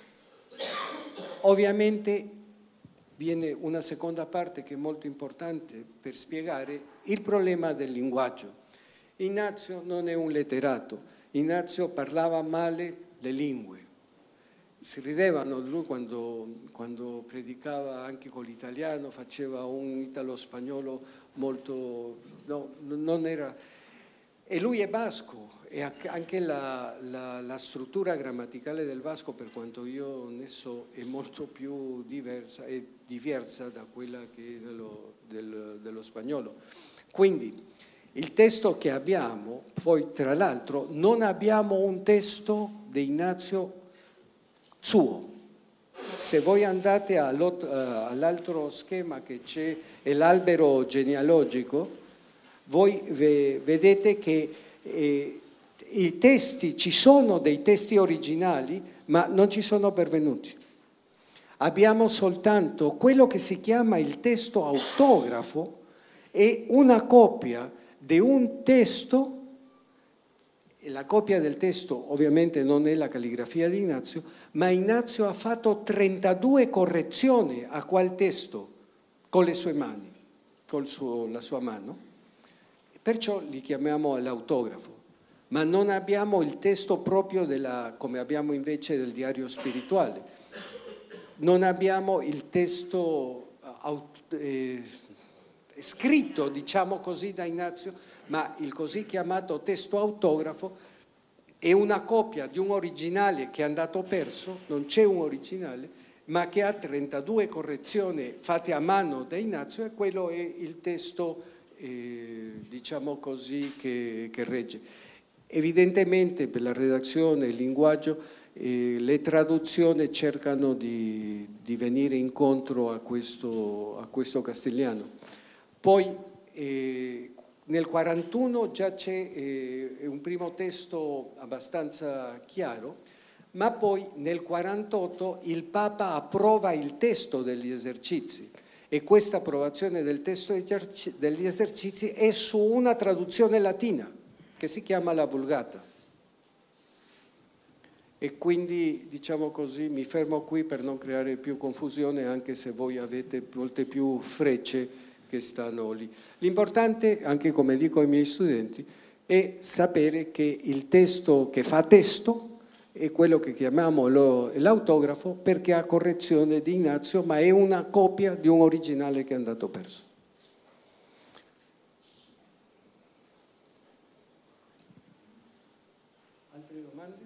ovviamente viene una seconda parte che è molto importante per spiegare il problema del linguaggio. Ignazio non è un letterato, Ignazio parlava male le lingue. Si ridevano di lui quando, quando predicava anche con l'italiano, faceva un italo-spagnolo molto... No, non era... E lui è basco, e anche la, la, la struttura grammaticale del basco, per quanto io ne so, è molto più diversa, è diversa da quella che è dello, del, dello spagnolo. Quindi il testo che abbiamo, poi tra l'altro non abbiamo un testo di Ignazio suo. Se voi andate all'altro schema che c'è, è l'albero genealogico, voi vedete che eh, i testi, ci sono dei testi originali, ma non ci sono pervenuti. Abbiamo soltanto quello che si chiama il testo autografo e una copia di un testo. La copia del testo ovviamente non è la calligrafia di Ignazio, ma Ignazio ha fatto trentadue correzioni a quel testo con le sue mani, con suo, la sua mano, perciò li chiamiamo l'autografo, ma non abbiamo il testo proprio della, come abbiamo invece del diario spirituale, non abbiamo il testo eh, scritto, diciamo così, da Ignazio, ma il così chiamato testo autografo è una copia di un originale che è andato perso, non c'è un originale, ma che ha trentadue correzioni fatte a mano da Ignazio, e quello è il testo, eh, diciamo così, che, che regge. Evidentemente per la redazione e il linguaggio eh, le traduzioni cercano di, di venire incontro a questo, a questo castigliano. Poi eh, nel quarantuno già c'è eh, un primo testo abbastanza chiaro, ma poi nel quarantotto il Papa approva il testo degli esercizi, e questa approvazione del testo degli esercizi è su una traduzione latina che si chiama la Vulgata. E quindi, diciamo così, mi fermo qui per non creare più confusione, anche se voi avete molte più frecce che stanno lì. L'importante, anche come dico ai miei studenti, è sapere che il testo che fa testo è quello che chiamiamo l'autografo, perché ha correzione di Ignazio, ma è una copia di un originale che è andato perso. Altre domande?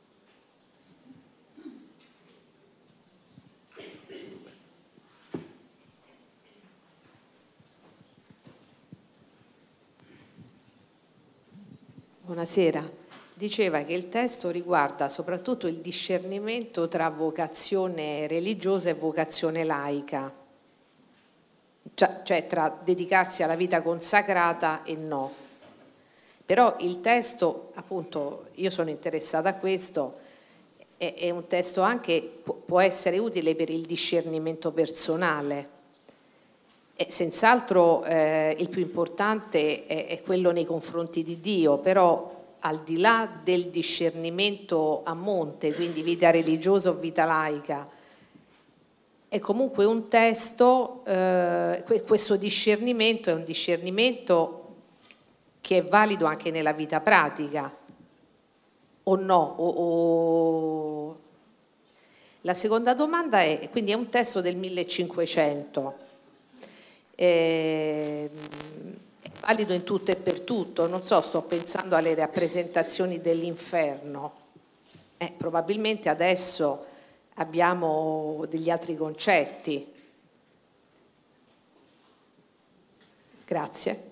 Buonasera. Diceva che il testo riguarda soprattutto il discernimento tra vocazione religiosa e vocazione laica, cioè, cioè tra dedicarsi alla vita consacrata e no. Però il testo, appunto, io sono interessata a questo, è, è un testo anche, può essere utile per il discernimento personale. E senz'altro eh, il più importante è, è quello nei confronti di Dio, però al di là del discernimento a monte, quindi vita religiosa o vita laica, è comunque un testo, eh, questo discernimento è un discernimento che è valido anche nella vita pratica, o no? O, o... La seconda domanda è, quindi è un testo del millecinquecento, eh, valido in tutto e per tutto, non so, sto pensando alle rappresentazioni dell'inferno, eh, probabilmente adesso abbiamo degli altri concetti. Grazie.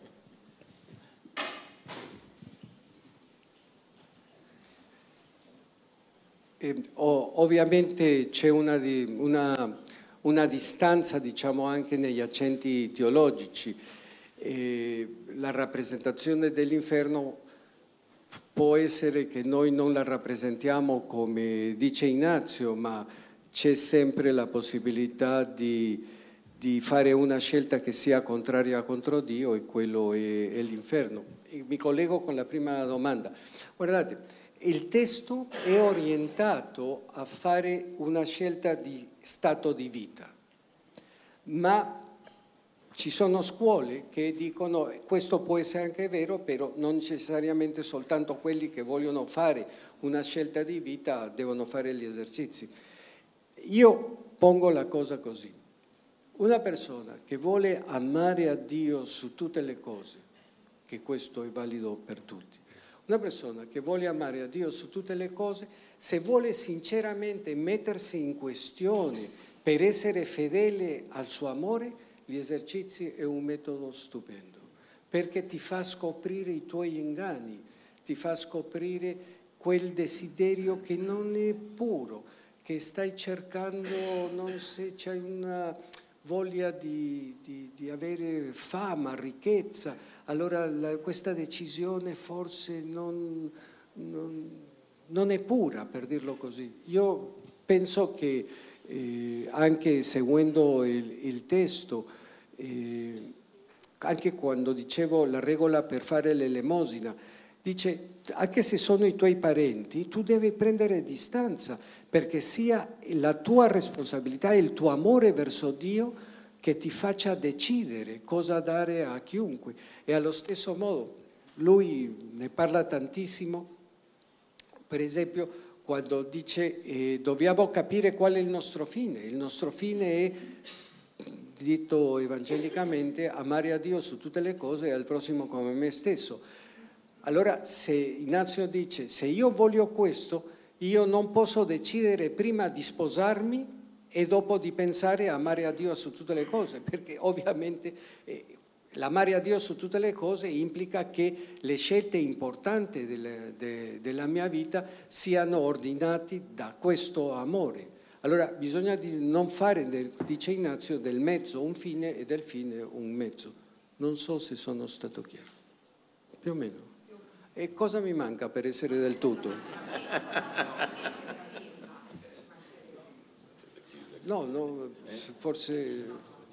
Eh, ovviamente c'è una, una, una distanza, diciamo, anche negli accenti teologici. Eh, la rappresentazione dell'inferno può essere che noi non la rappresentiamo come dice Ignazio, ma c'è sempre la possibilità di, di fare una scelta che sia contraria contro Dio, e quello è, è l'inferno. E mi collego con la prima domanda. Guardate, il testo è orientato a fare una scelta di stato di vita, ma ci sono scuole che dicono questo può essere anche vero, però non necessariamente soltanto quelli che vogliono fare una scelta di vita devono fare gli esercizi. Io pongo la cosa così: una persona che vuole amare a Dio su tutte le cose, che questo è valido per tutti, una persona che vuole amare a Dio su tutte le cose, se vuole sinceramente mettersi in questione per essere fedele al suo amore, gli esercizi è un metodo stupendo, perché ti fa scoprire i tuoi inganni, ti fa scoprire quel desiderio che non è puro, che stai cercando, non se c'è una voglia di, di, di avere fama, ricchezza, allora la, questa decisione forse non, non, non è pura, per dirlo così. Io penso che Eh, anche seguendo il, il testo, eh, anche quando dicevo la regola per fare l'elemosina, dice anche se sono i tuoi parenti, tu devi prendere distanza perché sia la tua responsabilità e il tuo amore verso Dio che ti faccia decidere cosa dare a chiunque. E allo stesso modo, lui ne parla tantissimo, per esempio quando dice eh, dobbiamo capire qual è il nostro fine. Il nostro fine è, detto evangelicamente, amare a Dio su tutte le cose e al prossimo come me stesso. Allora se Ignazio dice se io voglio questo, io non posso decidere prima di sposarmi e dopo di pensare a amare a Dio su tutte le cose, perché ovviamente eh, l'amare a Dio su tutte le cose implica che le scelte importanti delle, de, della mia vita siano ordinate da questo amore. Allora bisogna di non fare, del, dice Ignazio, del mezzo un fine e del fine un mezzo. Non so se sono stato chiaro. Più o meno. E cosa mi manca per essere del tutto? No, no, forse...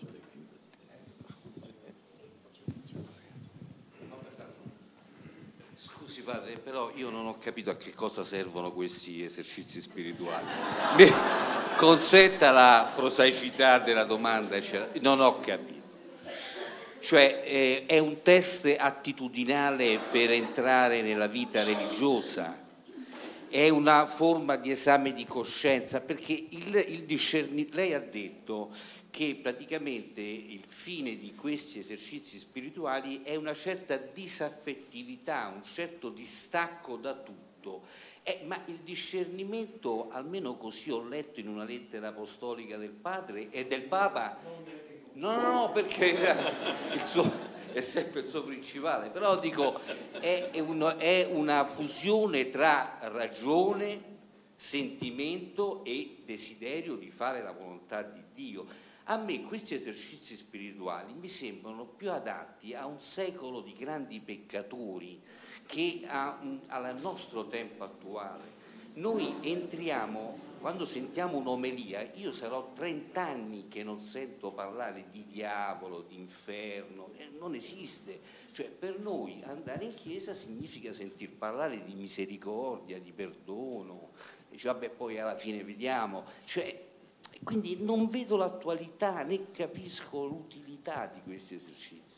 Scusi padre, però io non ho capito a che cosa servono questi esercizi spirituali. Mi consenta la prosaicità della domanda, non ho capito. Cioè eh, è un test attitudinale per entrare nella vita religiosa, è una forma di esame di coscienza, perché il, il discernimento, lei ha detto che praticamente il fine di questi esercizi spirituali è una certa disaffettività, un certo distacco da tutto. Eh, ma il discernimento, almeno così ho letto in una lettera apostolica del Padre e del Papa, no, no, no, perché il suo, è sempre il suo principale, però dico, è, è, uno, è una fusione tra ragione, sentimento e desiderio di fare la volontà di Dio. A me questi esercizi spirituali mi sembrano più adatti a un secolo di grandi peccatori che a, al nostro tempo attuale. Noi entriamo... Quando sentiamo un'omelia, io sarò trent'anni che non sento parlare di diavolo, di inferno, non esiste. Cioè, per noi andare in chiesa significa sentir parlare di misericordia, di perdono, dice vabbè poi alla fine vediamo. Cioè, quindi non vedo l'attualità né capisco l'utilità di questi esercizi.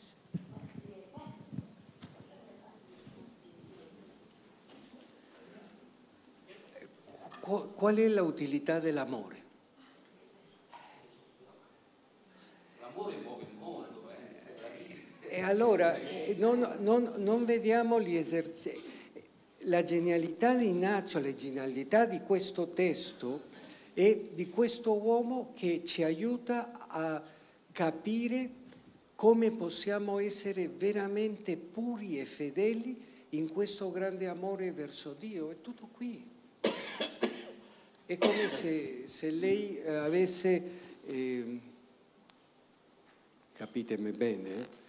Qual è l'utilità dell'amore? L'amore muove il mondo. Eh. E allora non, non, non vediamo gli esercizi. La genialità di Ignazio, la genialità di questo testo è di questo uomo che ci aiuta a capire come possiamo essere veramente puri e fedeli in questo grande amore verso Dio. È tutto qui. È come se, se lei avesse, eh, capitemi bene,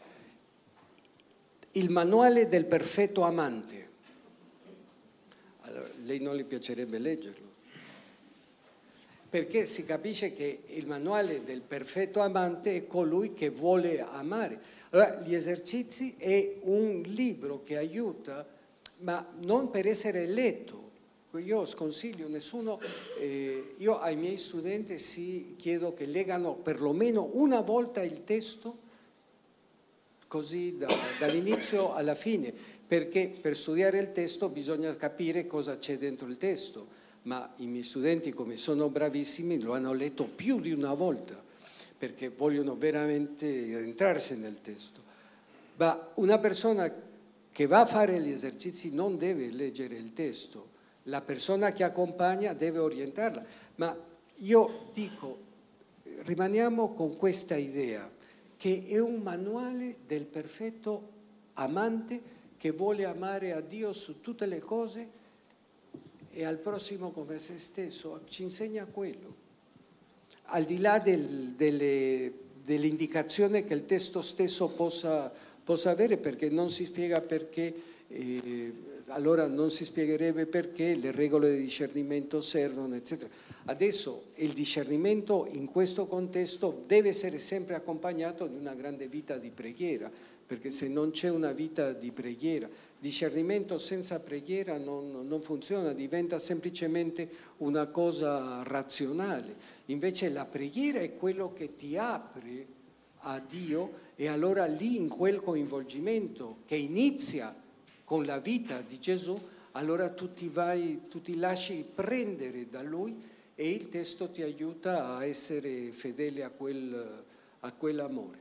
il manuale del perfetto amante. Allora, lei non le piacerebbe leggerlo, perché si capisce che il manuale del perfetto amante è colui che vuole amare. Allora, gli esercizi è un libro che aiuta, ma non per essere letto. Io sconsiglio nessuno, eh, io ai miei studenti sì, chiedo che leggano perlomeno una volta il testo, così da, dall'inizio alla fine, perché per studiare il testo bisogna capire cosa c'è dentro il testo, ma i miei studenti, come sono bravissimi, lo hanno letto più di una volta, perché vogliono veramente entrarsi nel testo. Ma una persona che va a fare gli esercizi non deve leggere il testo, la persona che accompagna deve orientarla, ma io dico, rimaniamo con questa idea, che è un manuale del perfetto amante che vuole amare a Dio su tutte le cose e al prossimo come se stesso, ci insegna quello. Al di là del, delle, dell'indicazione che il testo stesso possa, possa avere, perché non si spiega perché e allora non si spiegherebbe perché le regole di discernimento servono, eccetera. Adesso il discernimento in questo contesto deve essere sempre accompagnato di una grande vita di preghiera, perché se non c'è una vita di preghiera, discernimento senza preghiera non, non funziona, diventa semplicemente una cosa razionale. Invece la preghiera è quello che ti apre a Dio, e allora lì in quel coinvolgimento che inizia con la vita di Gesù, allora tu ti, vai, tu ti lasci prendere da Lui e il testo ti aiuta a essere fedele a, quel, a quell'amore.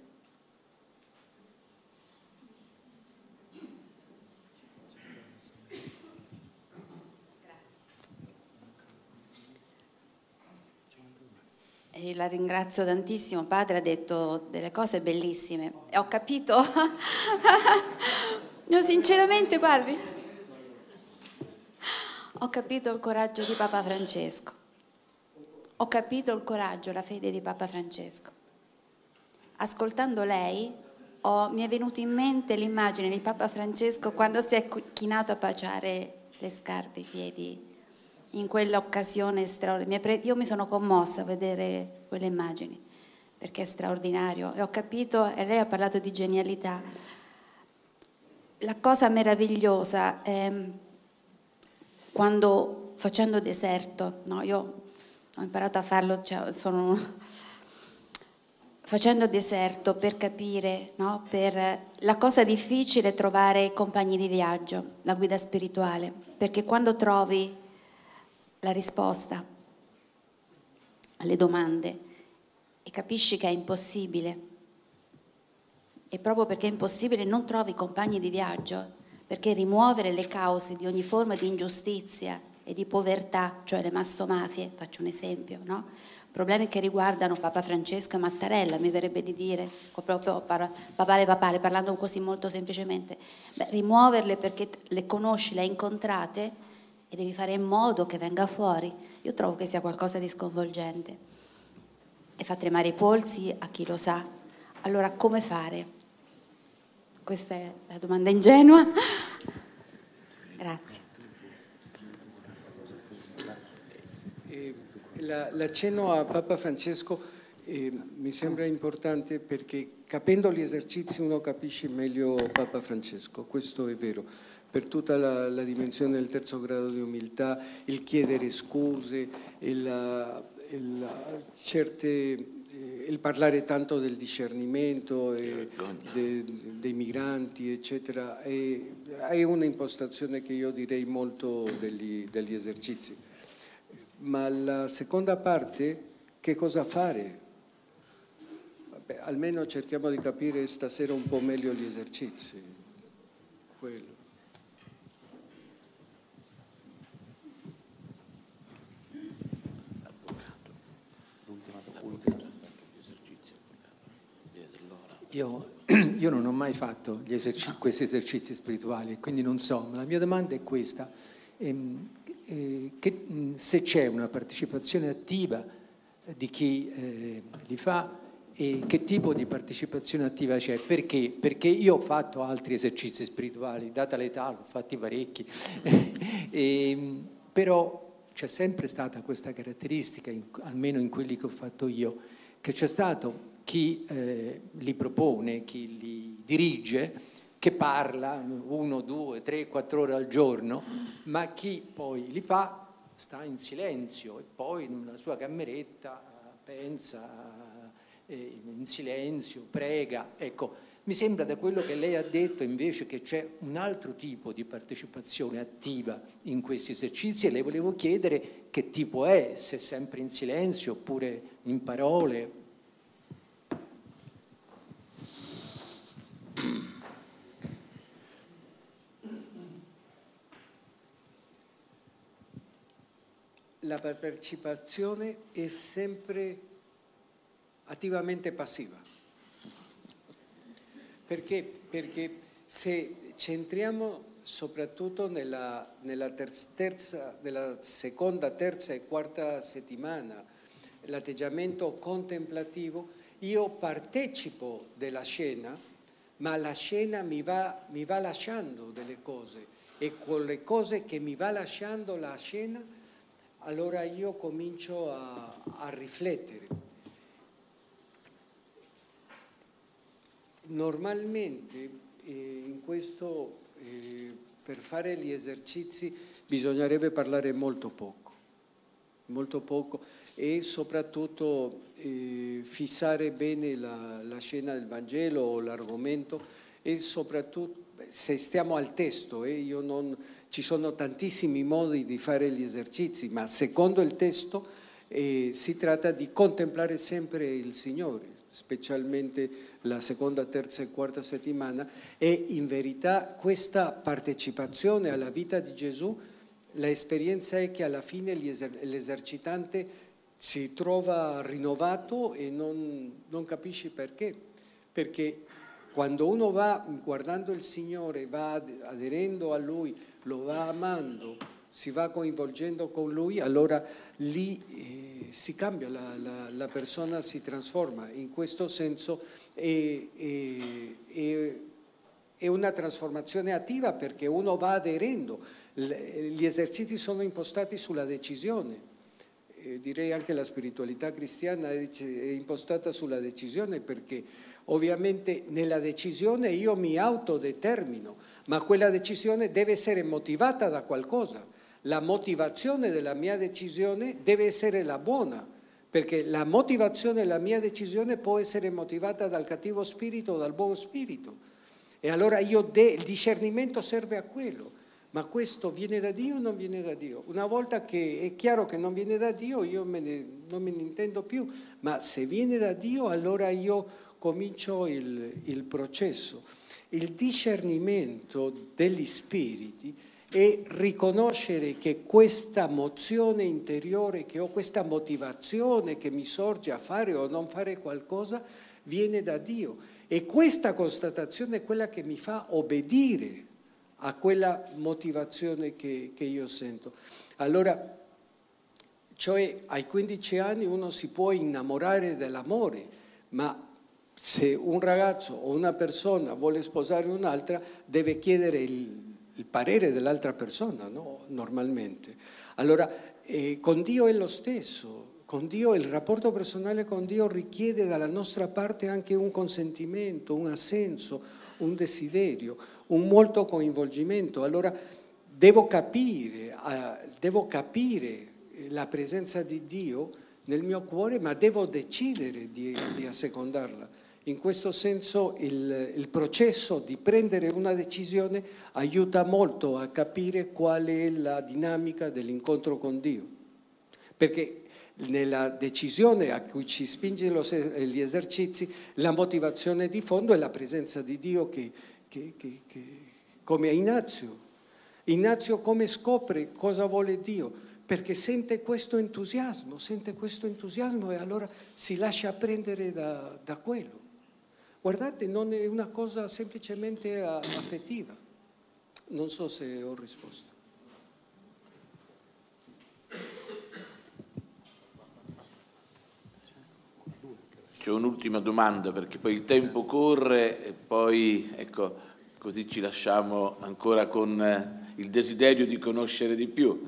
E la ringrazio tantissimo, padre ha detto delle cose bellissime e ho capito, no, sinceramente guardi, ho capito il coraggio di Papa Francesco, ho capito il coraggio, la fede di Papa Francesco. Ascoltando lei ho, mi è venuta in mente l'immagine di Papa Francesco quando si è chinato a baciare le scarpe, i piedi, in quell'occasione straordinaria. Io mi sono commossa a vedere quelle immagini, perché è straordinario. E ho capito, e lei ha parlato di genialità. La cosa meravigliosa è quando, facendo deserto, no, io ho imparato a farlo, cioè sono facendo deserto per capire, no, per la cosa difficile è trovare compagni di viaggio, la guida spirituale, perché quando trovi la risposta alle domande e capisci che è impossibile, e proprio perché è impossibile non trovi compagni di viaggio, perché rimuovere le cause di ogni forma di ingiustizia e di povertà, cioè le massomafie, faccio un esempio, no? Problemi che riguardano Papa Francesco e Mattarella, mi verrebbe di dire, proprio papale papale, parlando così molto semplicemente. Beh, rimuoverle perché le conosci, le hai incontrate, e devi fare in modo che venga fuori. Io trovo che sia qualcosa di sconvolgente e fa tremare i polsi a chi lo sa. Allora come fare? Questa è la domanda ingenua. Grazie. La, l'accenno a Papa Francesco eh, mi sembra importante, perché capendo gli esercizi uno capisce meglio Papa Francesco, questo è vero, per tutta la, la dimensione del terzo grado di umiltà, il chiedere scuse, il, il, certe, il parlare tanto del discernimento e de, dei migranti, eccetera, è, è un'impostazione che io direi molto degli, degli esercizi. Ma la seconda parte, che cosa fare? Vabbè, almeno cerchiamo di capire stasera un po' meglio gli esercizi. Quello. Io, io non ho mai fatto gli esercizi, questi esercizi spirituali, quindi non so, ma la mia domanda è questa. Ehm, eh, che, se c'è una partecipazione attiva di chi eh, li fa, e che tipo di partecipazione attiva c'è? Perché? Perché io ho fatto altri esercizi spirituali, data l'età, l'ho fatti parecchi, e, però c'è sempre stata questa caratteristica, in, almeno in quelli che ho fatto io, che c'è stato chi eh, li propone, chi li dirige, che parla uno, due, tre, quattro ore al giorno, ma chi poi li fa sta in silenzio e poi nella sua cameretta pensa eh, in silenzio, prega. Ecco, mi sembra da quello che lei ha detto invece che c'è un altro tipo di partecipazione attiva in questi esercizi, e le volevo chiedere che tipo è, se è sempre in silenzio oppure in parole. La partecipazione è sempre attivamente passiva. Perché? Perché se centriamo soprattutto nella, nella, terza, nella seconda, terza e quarta settimana l'atteggiamento contemplativo, io partecipo della scena, ma la scena mi va, mi va lasciando delle cose e con le cose che mi va lasciando la scena, allora io comincio a, a riflettere. Normalmente eh, in questo, eh, per fare gli esercizi bisognerebbe parlare molto poco, molto poco e soprattutto eh, fissare bene la, la scena del Vangelo o l'argomento e soprattutto se stiamo al testo, eh, io non, ci sono tantissimi modi di fare gli esercizi, ma secondo il testo eh, si tratta di contemplare sempre il Signore, specialmente la seconda, terza e quarta settimana, e in verità questa partecipazione alla vita di Gesù, l'esperienza è che alla fine l'esercitante si trova rinnovato e non, non capisci perché, perché quando uno va guardando il Signore, va aderendo a Lui, lo va amando, si va coinvolgendo con Lui, allora lì eh, si cambia, la, la, la persona si trasforma. In questo senso è, è, è, è una trasformazione attiva perché uno va aderendo. Gli esercizi sono impostati sulla decisione. Eh, direi anche la spiritualità cristiana è, è impostata sulla decisione perché ovviamente nella decisione io mi autodetermino, ma quella decisione deve essere motivata da qualcosa. La motivazione della mia decisione deve essere la buona, perché la motivazione della mia decisione può essere motivata dal cattivo spirito o dal buono spirito. E allora io de- il discernimento serve a quello. Ma questo viene da Dio o non viene da Dio? Una volta che è chiaro che non viene da Dio, io me ne, non me ne intendo più, ma se viene da Dio, allora io comincio il, il processo. Il discernimento degli spiriti è riconoscere che questa mozione interiore che ho, questa motivazione che mi sorge a fare o non fare qualcosa, viene da Dio. E questa constatazione è quella che mi fa obbedire a quella motivazione che, che io sento. Allora, cioè ai quindici anni uno si può innamorare dell'amore, ma se un ragazzo o una persona vuole sposare un'altra deve chiedere il, il parere dell'altra persona, no? Normalmente. Allora, eh, con Dio è lo stesso. Con Dio, il rapporto personale con Dio richiede dalla nostra parte anche un consentimento, un assenso, un desiderio, un molto coinvolgimento. Allora devo capire, eh, devo capire la presenza di Dio nel mio cuore, ma devo decidere di, di assecondarla. In questo senso il, il processo di prendere una decisione aiuta molto a capire qual è la dinamica dell'incontro con Dio. Perché nella decisione a cui ci spinge gli esercizi, la motivazione di fondo è la presenza di Dio che, che, che, che come Ignazio. Ignazio come scopre cosa vuole Dio? Perché sente questo entusiasmo, sente questo entusiasmo e allora si lascia prendere da, da quello. Guardate, non è una cosa semplicemente affettiva. Non so se ho risposto. C'è un'ultima domanda perché poi il tempo corre e poi, ecco, così ci lasciamo ancora con il desiderio di conoscere di più.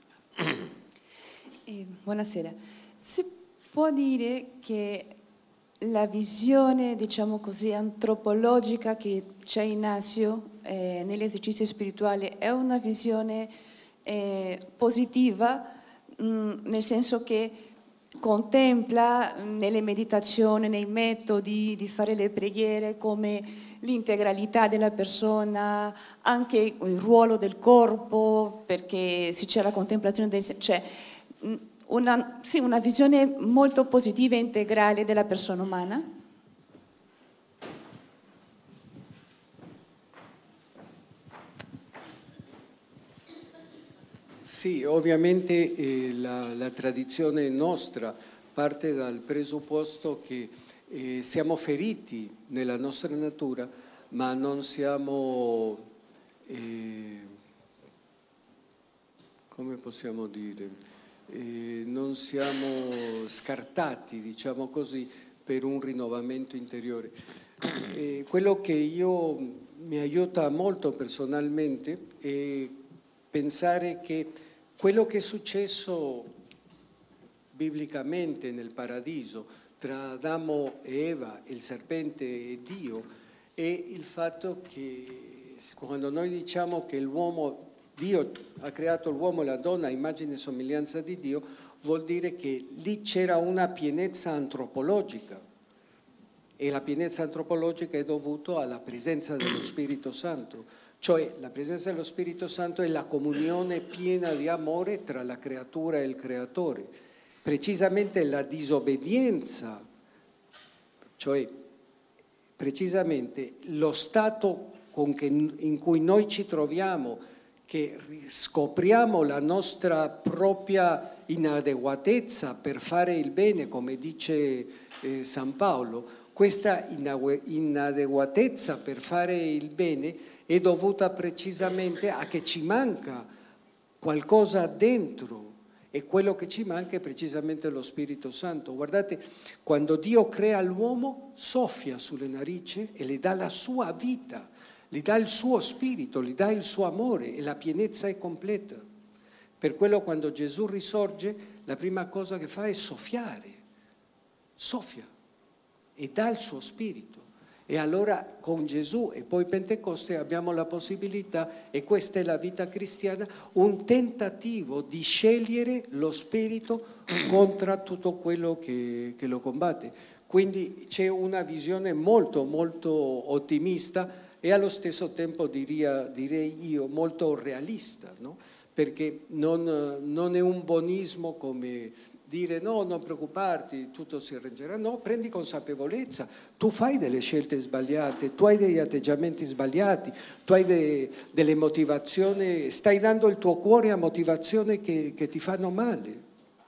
Eh, buonasera. Si può dire che la visione, diciamo così, antropologica che c'è in Ignazio eh, nell'esercizio spirituale è una visione eh, positiva, mh, nel senso che contempla nelle meditazioni, nei metodi di fare le preghiere come l'integralità della persona, anche il ruolo del corpo, perché se c'è la contemplazione del cioè una, sì, una visione molto positiva e integrale della persona umana. Sì, ovviamente eh, la, la tradizione nostra parte dal presupposto che eh, siamo feriti nella nostra natura, ma non siamo, eh, come possiamo dire, eh, non siamo scartati, diciamo così, per un rinnovamento interiore. E quello che io mi aiuta molto personalmente è pensare che quello che è successo biblicamente nel paradiso tra Adamo e Eva, il serpente e Dio, è il fatto che quando noi diciamo che l'uomo, Dio ha creato l'uomo e la donna a immagine e somiglianza di Dio, vuol dire che lì c'era una pienezza antropologica, e la pienezza antropologica è dovuta alla presenza dello Spirito Santo, cioè la presenza dello Spirito Santo è la comunione piena di amore tra la creatura e il creatore. Precisamente la disobbedienza, cioè precisamente lo stato con che, in cui noi ci troviamo, che scopriamo la nostra propria inadeguatezza per fare il bene, come dice eh, San Paolo, questa inadeguatezza per fare il bene è dovuta precisamente a che ci manca qualcosa dentro, e quello che ci manca è precisamente lo Spirito Santo. Guardate, quando Dio crea l'uomo, soffia sulle narici e le dà la sua vita, gli dà il suo spirito, gli dà il suo amore, e la pienezza è completa. Per quello quando Gesù risorge, la prima cosa che fa è soffiare, soffia e dà il suo spirito. E allora con Gesù e poi Pentecoste abbiamo la possibilità, e questa è la vita cristiana, un tentativo di scegliere lo spirito contro tutto quello che, che lo combatte. Quindi c'è una visione molto molto ottimista e allo stesso tempo diria, direi io molto realista, no? Perché non, non è un buonismo come dire no, non preoccuparti, tutto si arrangerà. No, prendi consapevolezza, tu fai delle scelte sbagliate, tu hai degli atteggiamenti sbagliati, tu hai de, delle motivazioni, stai dando il tuo cuore a motivazioni che, che ti fanno male.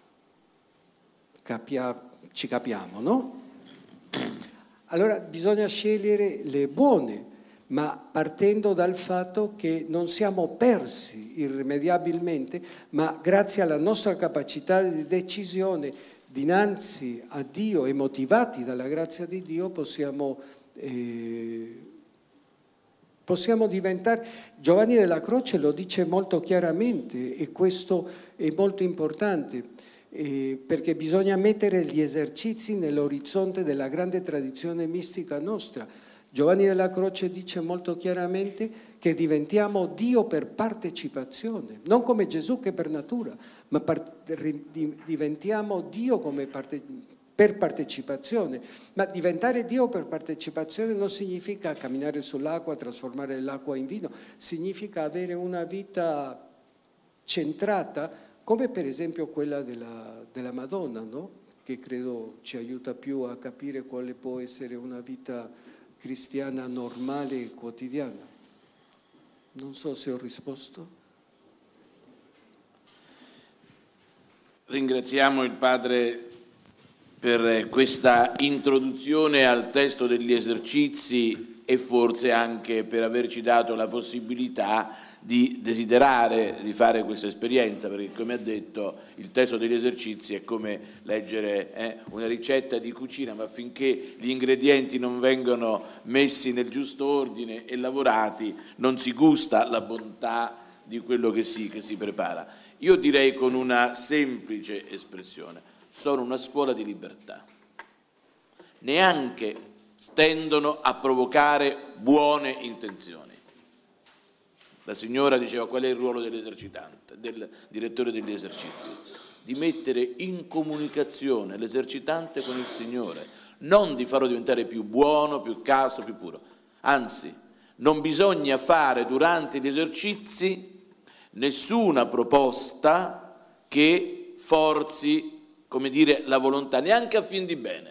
Capia, ci capiamo, no? Allora bisogna scegliere le buone, ma partendo dal fatto che non siamo persi irrimediabilmente, ma grazie alla nostra capacità di decisione dinanzi a Dio e motivati dalla grazia di Dio possiamo, eh, possiamo diventare. Giovanni della Croce lo dice molto chiaramente, e questo è molto importante, eh, perché bisogna mettere gli esercizi nell'orizzonte della grande tradizione mistica nostra. Giovanni della Croce dice molto chiaramente che diventiamo Dio per partecipazione, non come Gesù che per natura, ma part- diventiamo Dio come parte- per partecipazione. Ma diventare Dio per partecipazione non significa camminare sull'acqua, trasformare l'acqua in vino, significa avere una vita centrata, come per esempio quella della, della Madonna, no? Che credo ci aiuta più a capire quale può essere una vita cristiana normale e quotidiana. Non so se ho risposto. Ringraziamo il Padre per questa introduzione al testo degli esercizi e forse anche per averci dato la possibilità di desiderare di fare questa esperienza, perché come ha detto il testo degli esercizi è come leggere eh, una ricetta di cucina, ma finché gli ingredienti non vengono messi nel giusto ordine e lavorati non si gusta la bontà di quello che si, che si prepara. Io direi con una semplice espressione: sono una scuola di libertà. Neanche stendono a provocare buone intenzioni. La signora diceva qual è il ruolo dell'esercitante, del direttore degli esercizi, di mettere in comunicazione l'esercitante con il Signore, non di farlo diventare più buono, più casto, più puro. Anzi, non bisogna fare durante gli esercizi nessuna proposta che forzi, come dire, la volontà, neanche a fin di bene.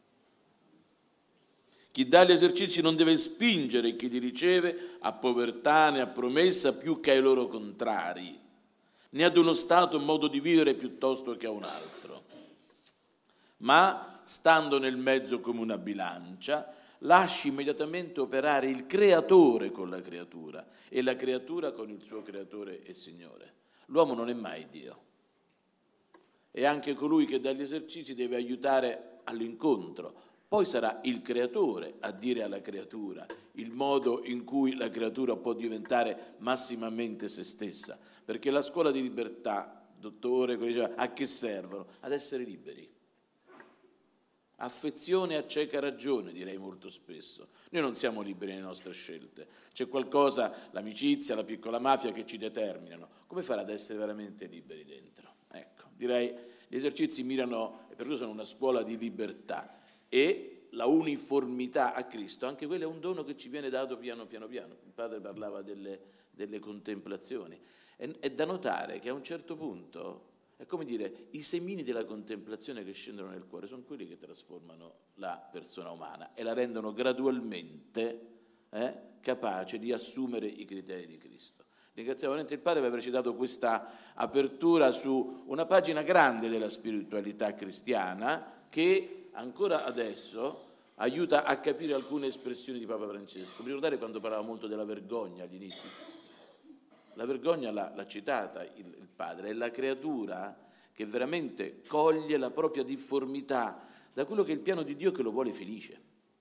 Chi dà gli esercizi non deve spingere chi li riceve a povertà né a promessa più che ai loro contrari, né ad uno stato e modo di vivere piuttosto che a un altro. Ma, stando nel mezzo come una bilancia, lasci immediatamente operare il creatore con la creatura e la creatura con il suo creatore e Signore. L'uomo non è mai Dio. E anche colui che dà gli esercizi deve aiutare all'incontro. Poi sarà il creatore a dire alla creatura il modo in cui la creatura può diventare massimamente se stessa, perché la scuola di libertà, dottore, a che servono? Ad essere liberi. Affezione a cieca ragione, direi molto spesso. Noi non siamo liberi nelle nostre scelte. C'è qualcosa, l'amicizia, la piccola mafia, che ci determinano. Come fare ad essere veramente liberi dentro? Ecco, direi gli esercizi mirano, e per questo sono una scuola di libertà, e la uniformità a Cristo, anche quello è un dono che ci viene dato piano piano piano. Il padre parlava delle, delle contemplazioni. È, è da notare che a un certo punto, è come dire, i semini della contemplazione che scendono nel cuore sono quelli che trasformano la persona umana e la rendono gradualmente eh, capace di assumere i criteri di Cristo. Ringraziamo veramente il Padre per averci dato questa apertura su una pagina grande della spiritualità cristiana che ancora adesso aiuta a capire alcune espressioni di Papa Francesco. Mi ricordate quando parlava molto della vergogna agli inizi? La vergogna l'ha, l'ha citata il, il Padre, è la creatura che veramente coglie la propria difformità da quello che è il piano di Dio che lo vuole felice.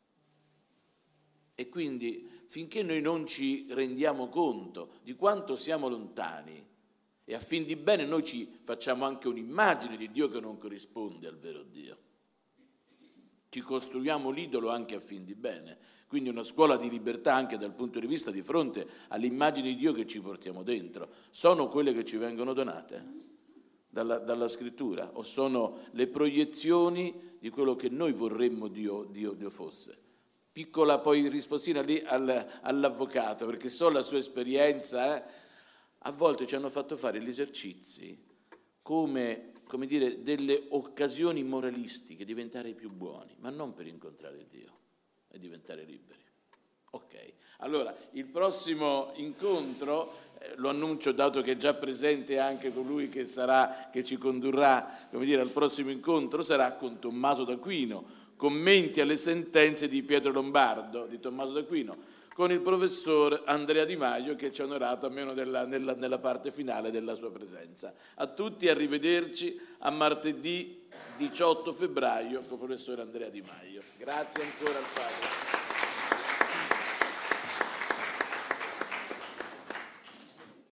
E quindi finché noi non ci rendiamo conto di quanto siamo lontani e a fin di bene noi ci facciamo anche un'immagine di Dio che non corrisponde al vero Dio, ci costruiamo l'idolo anche a fin di bene. Quindi una scuola di libertà anche dal punto di vista di fronte all'immagine di Dio che ci portiamo dentro. Sono quelle che ci vengono donate dalla, dalla scrittura o sono le proiezioni di quello che noi vorremmo Dio, Dio, Dio fosse? Piccola poi risponsina lì al, all'avvocato, perché so la sua esperienza, eh, a volte ci hanno fatto fare gli esercizi come, come dire, delle occasioni moralistiche, diventare più buoni, ma non per incontrare Dio e diventare liberi. Ok, allora il prossimo incontro, eh, lo annuncio dato che è già presente anche colui che sarà, che ci condurrà, come dire, al prossimo incontro, sarà con Tommaso d'Aquino, commenti alle sentenze di Pietro Lombardo, di Tommaso d'Aquino, con il professor Andrea Di Maio che ci ha onorato almeno nella, nella, nella parte finale della sua presenza. A tutti, arrivederci a martedì diciotto febbraio con il professor Andrea Di Maio. Grazie ancora al Padre.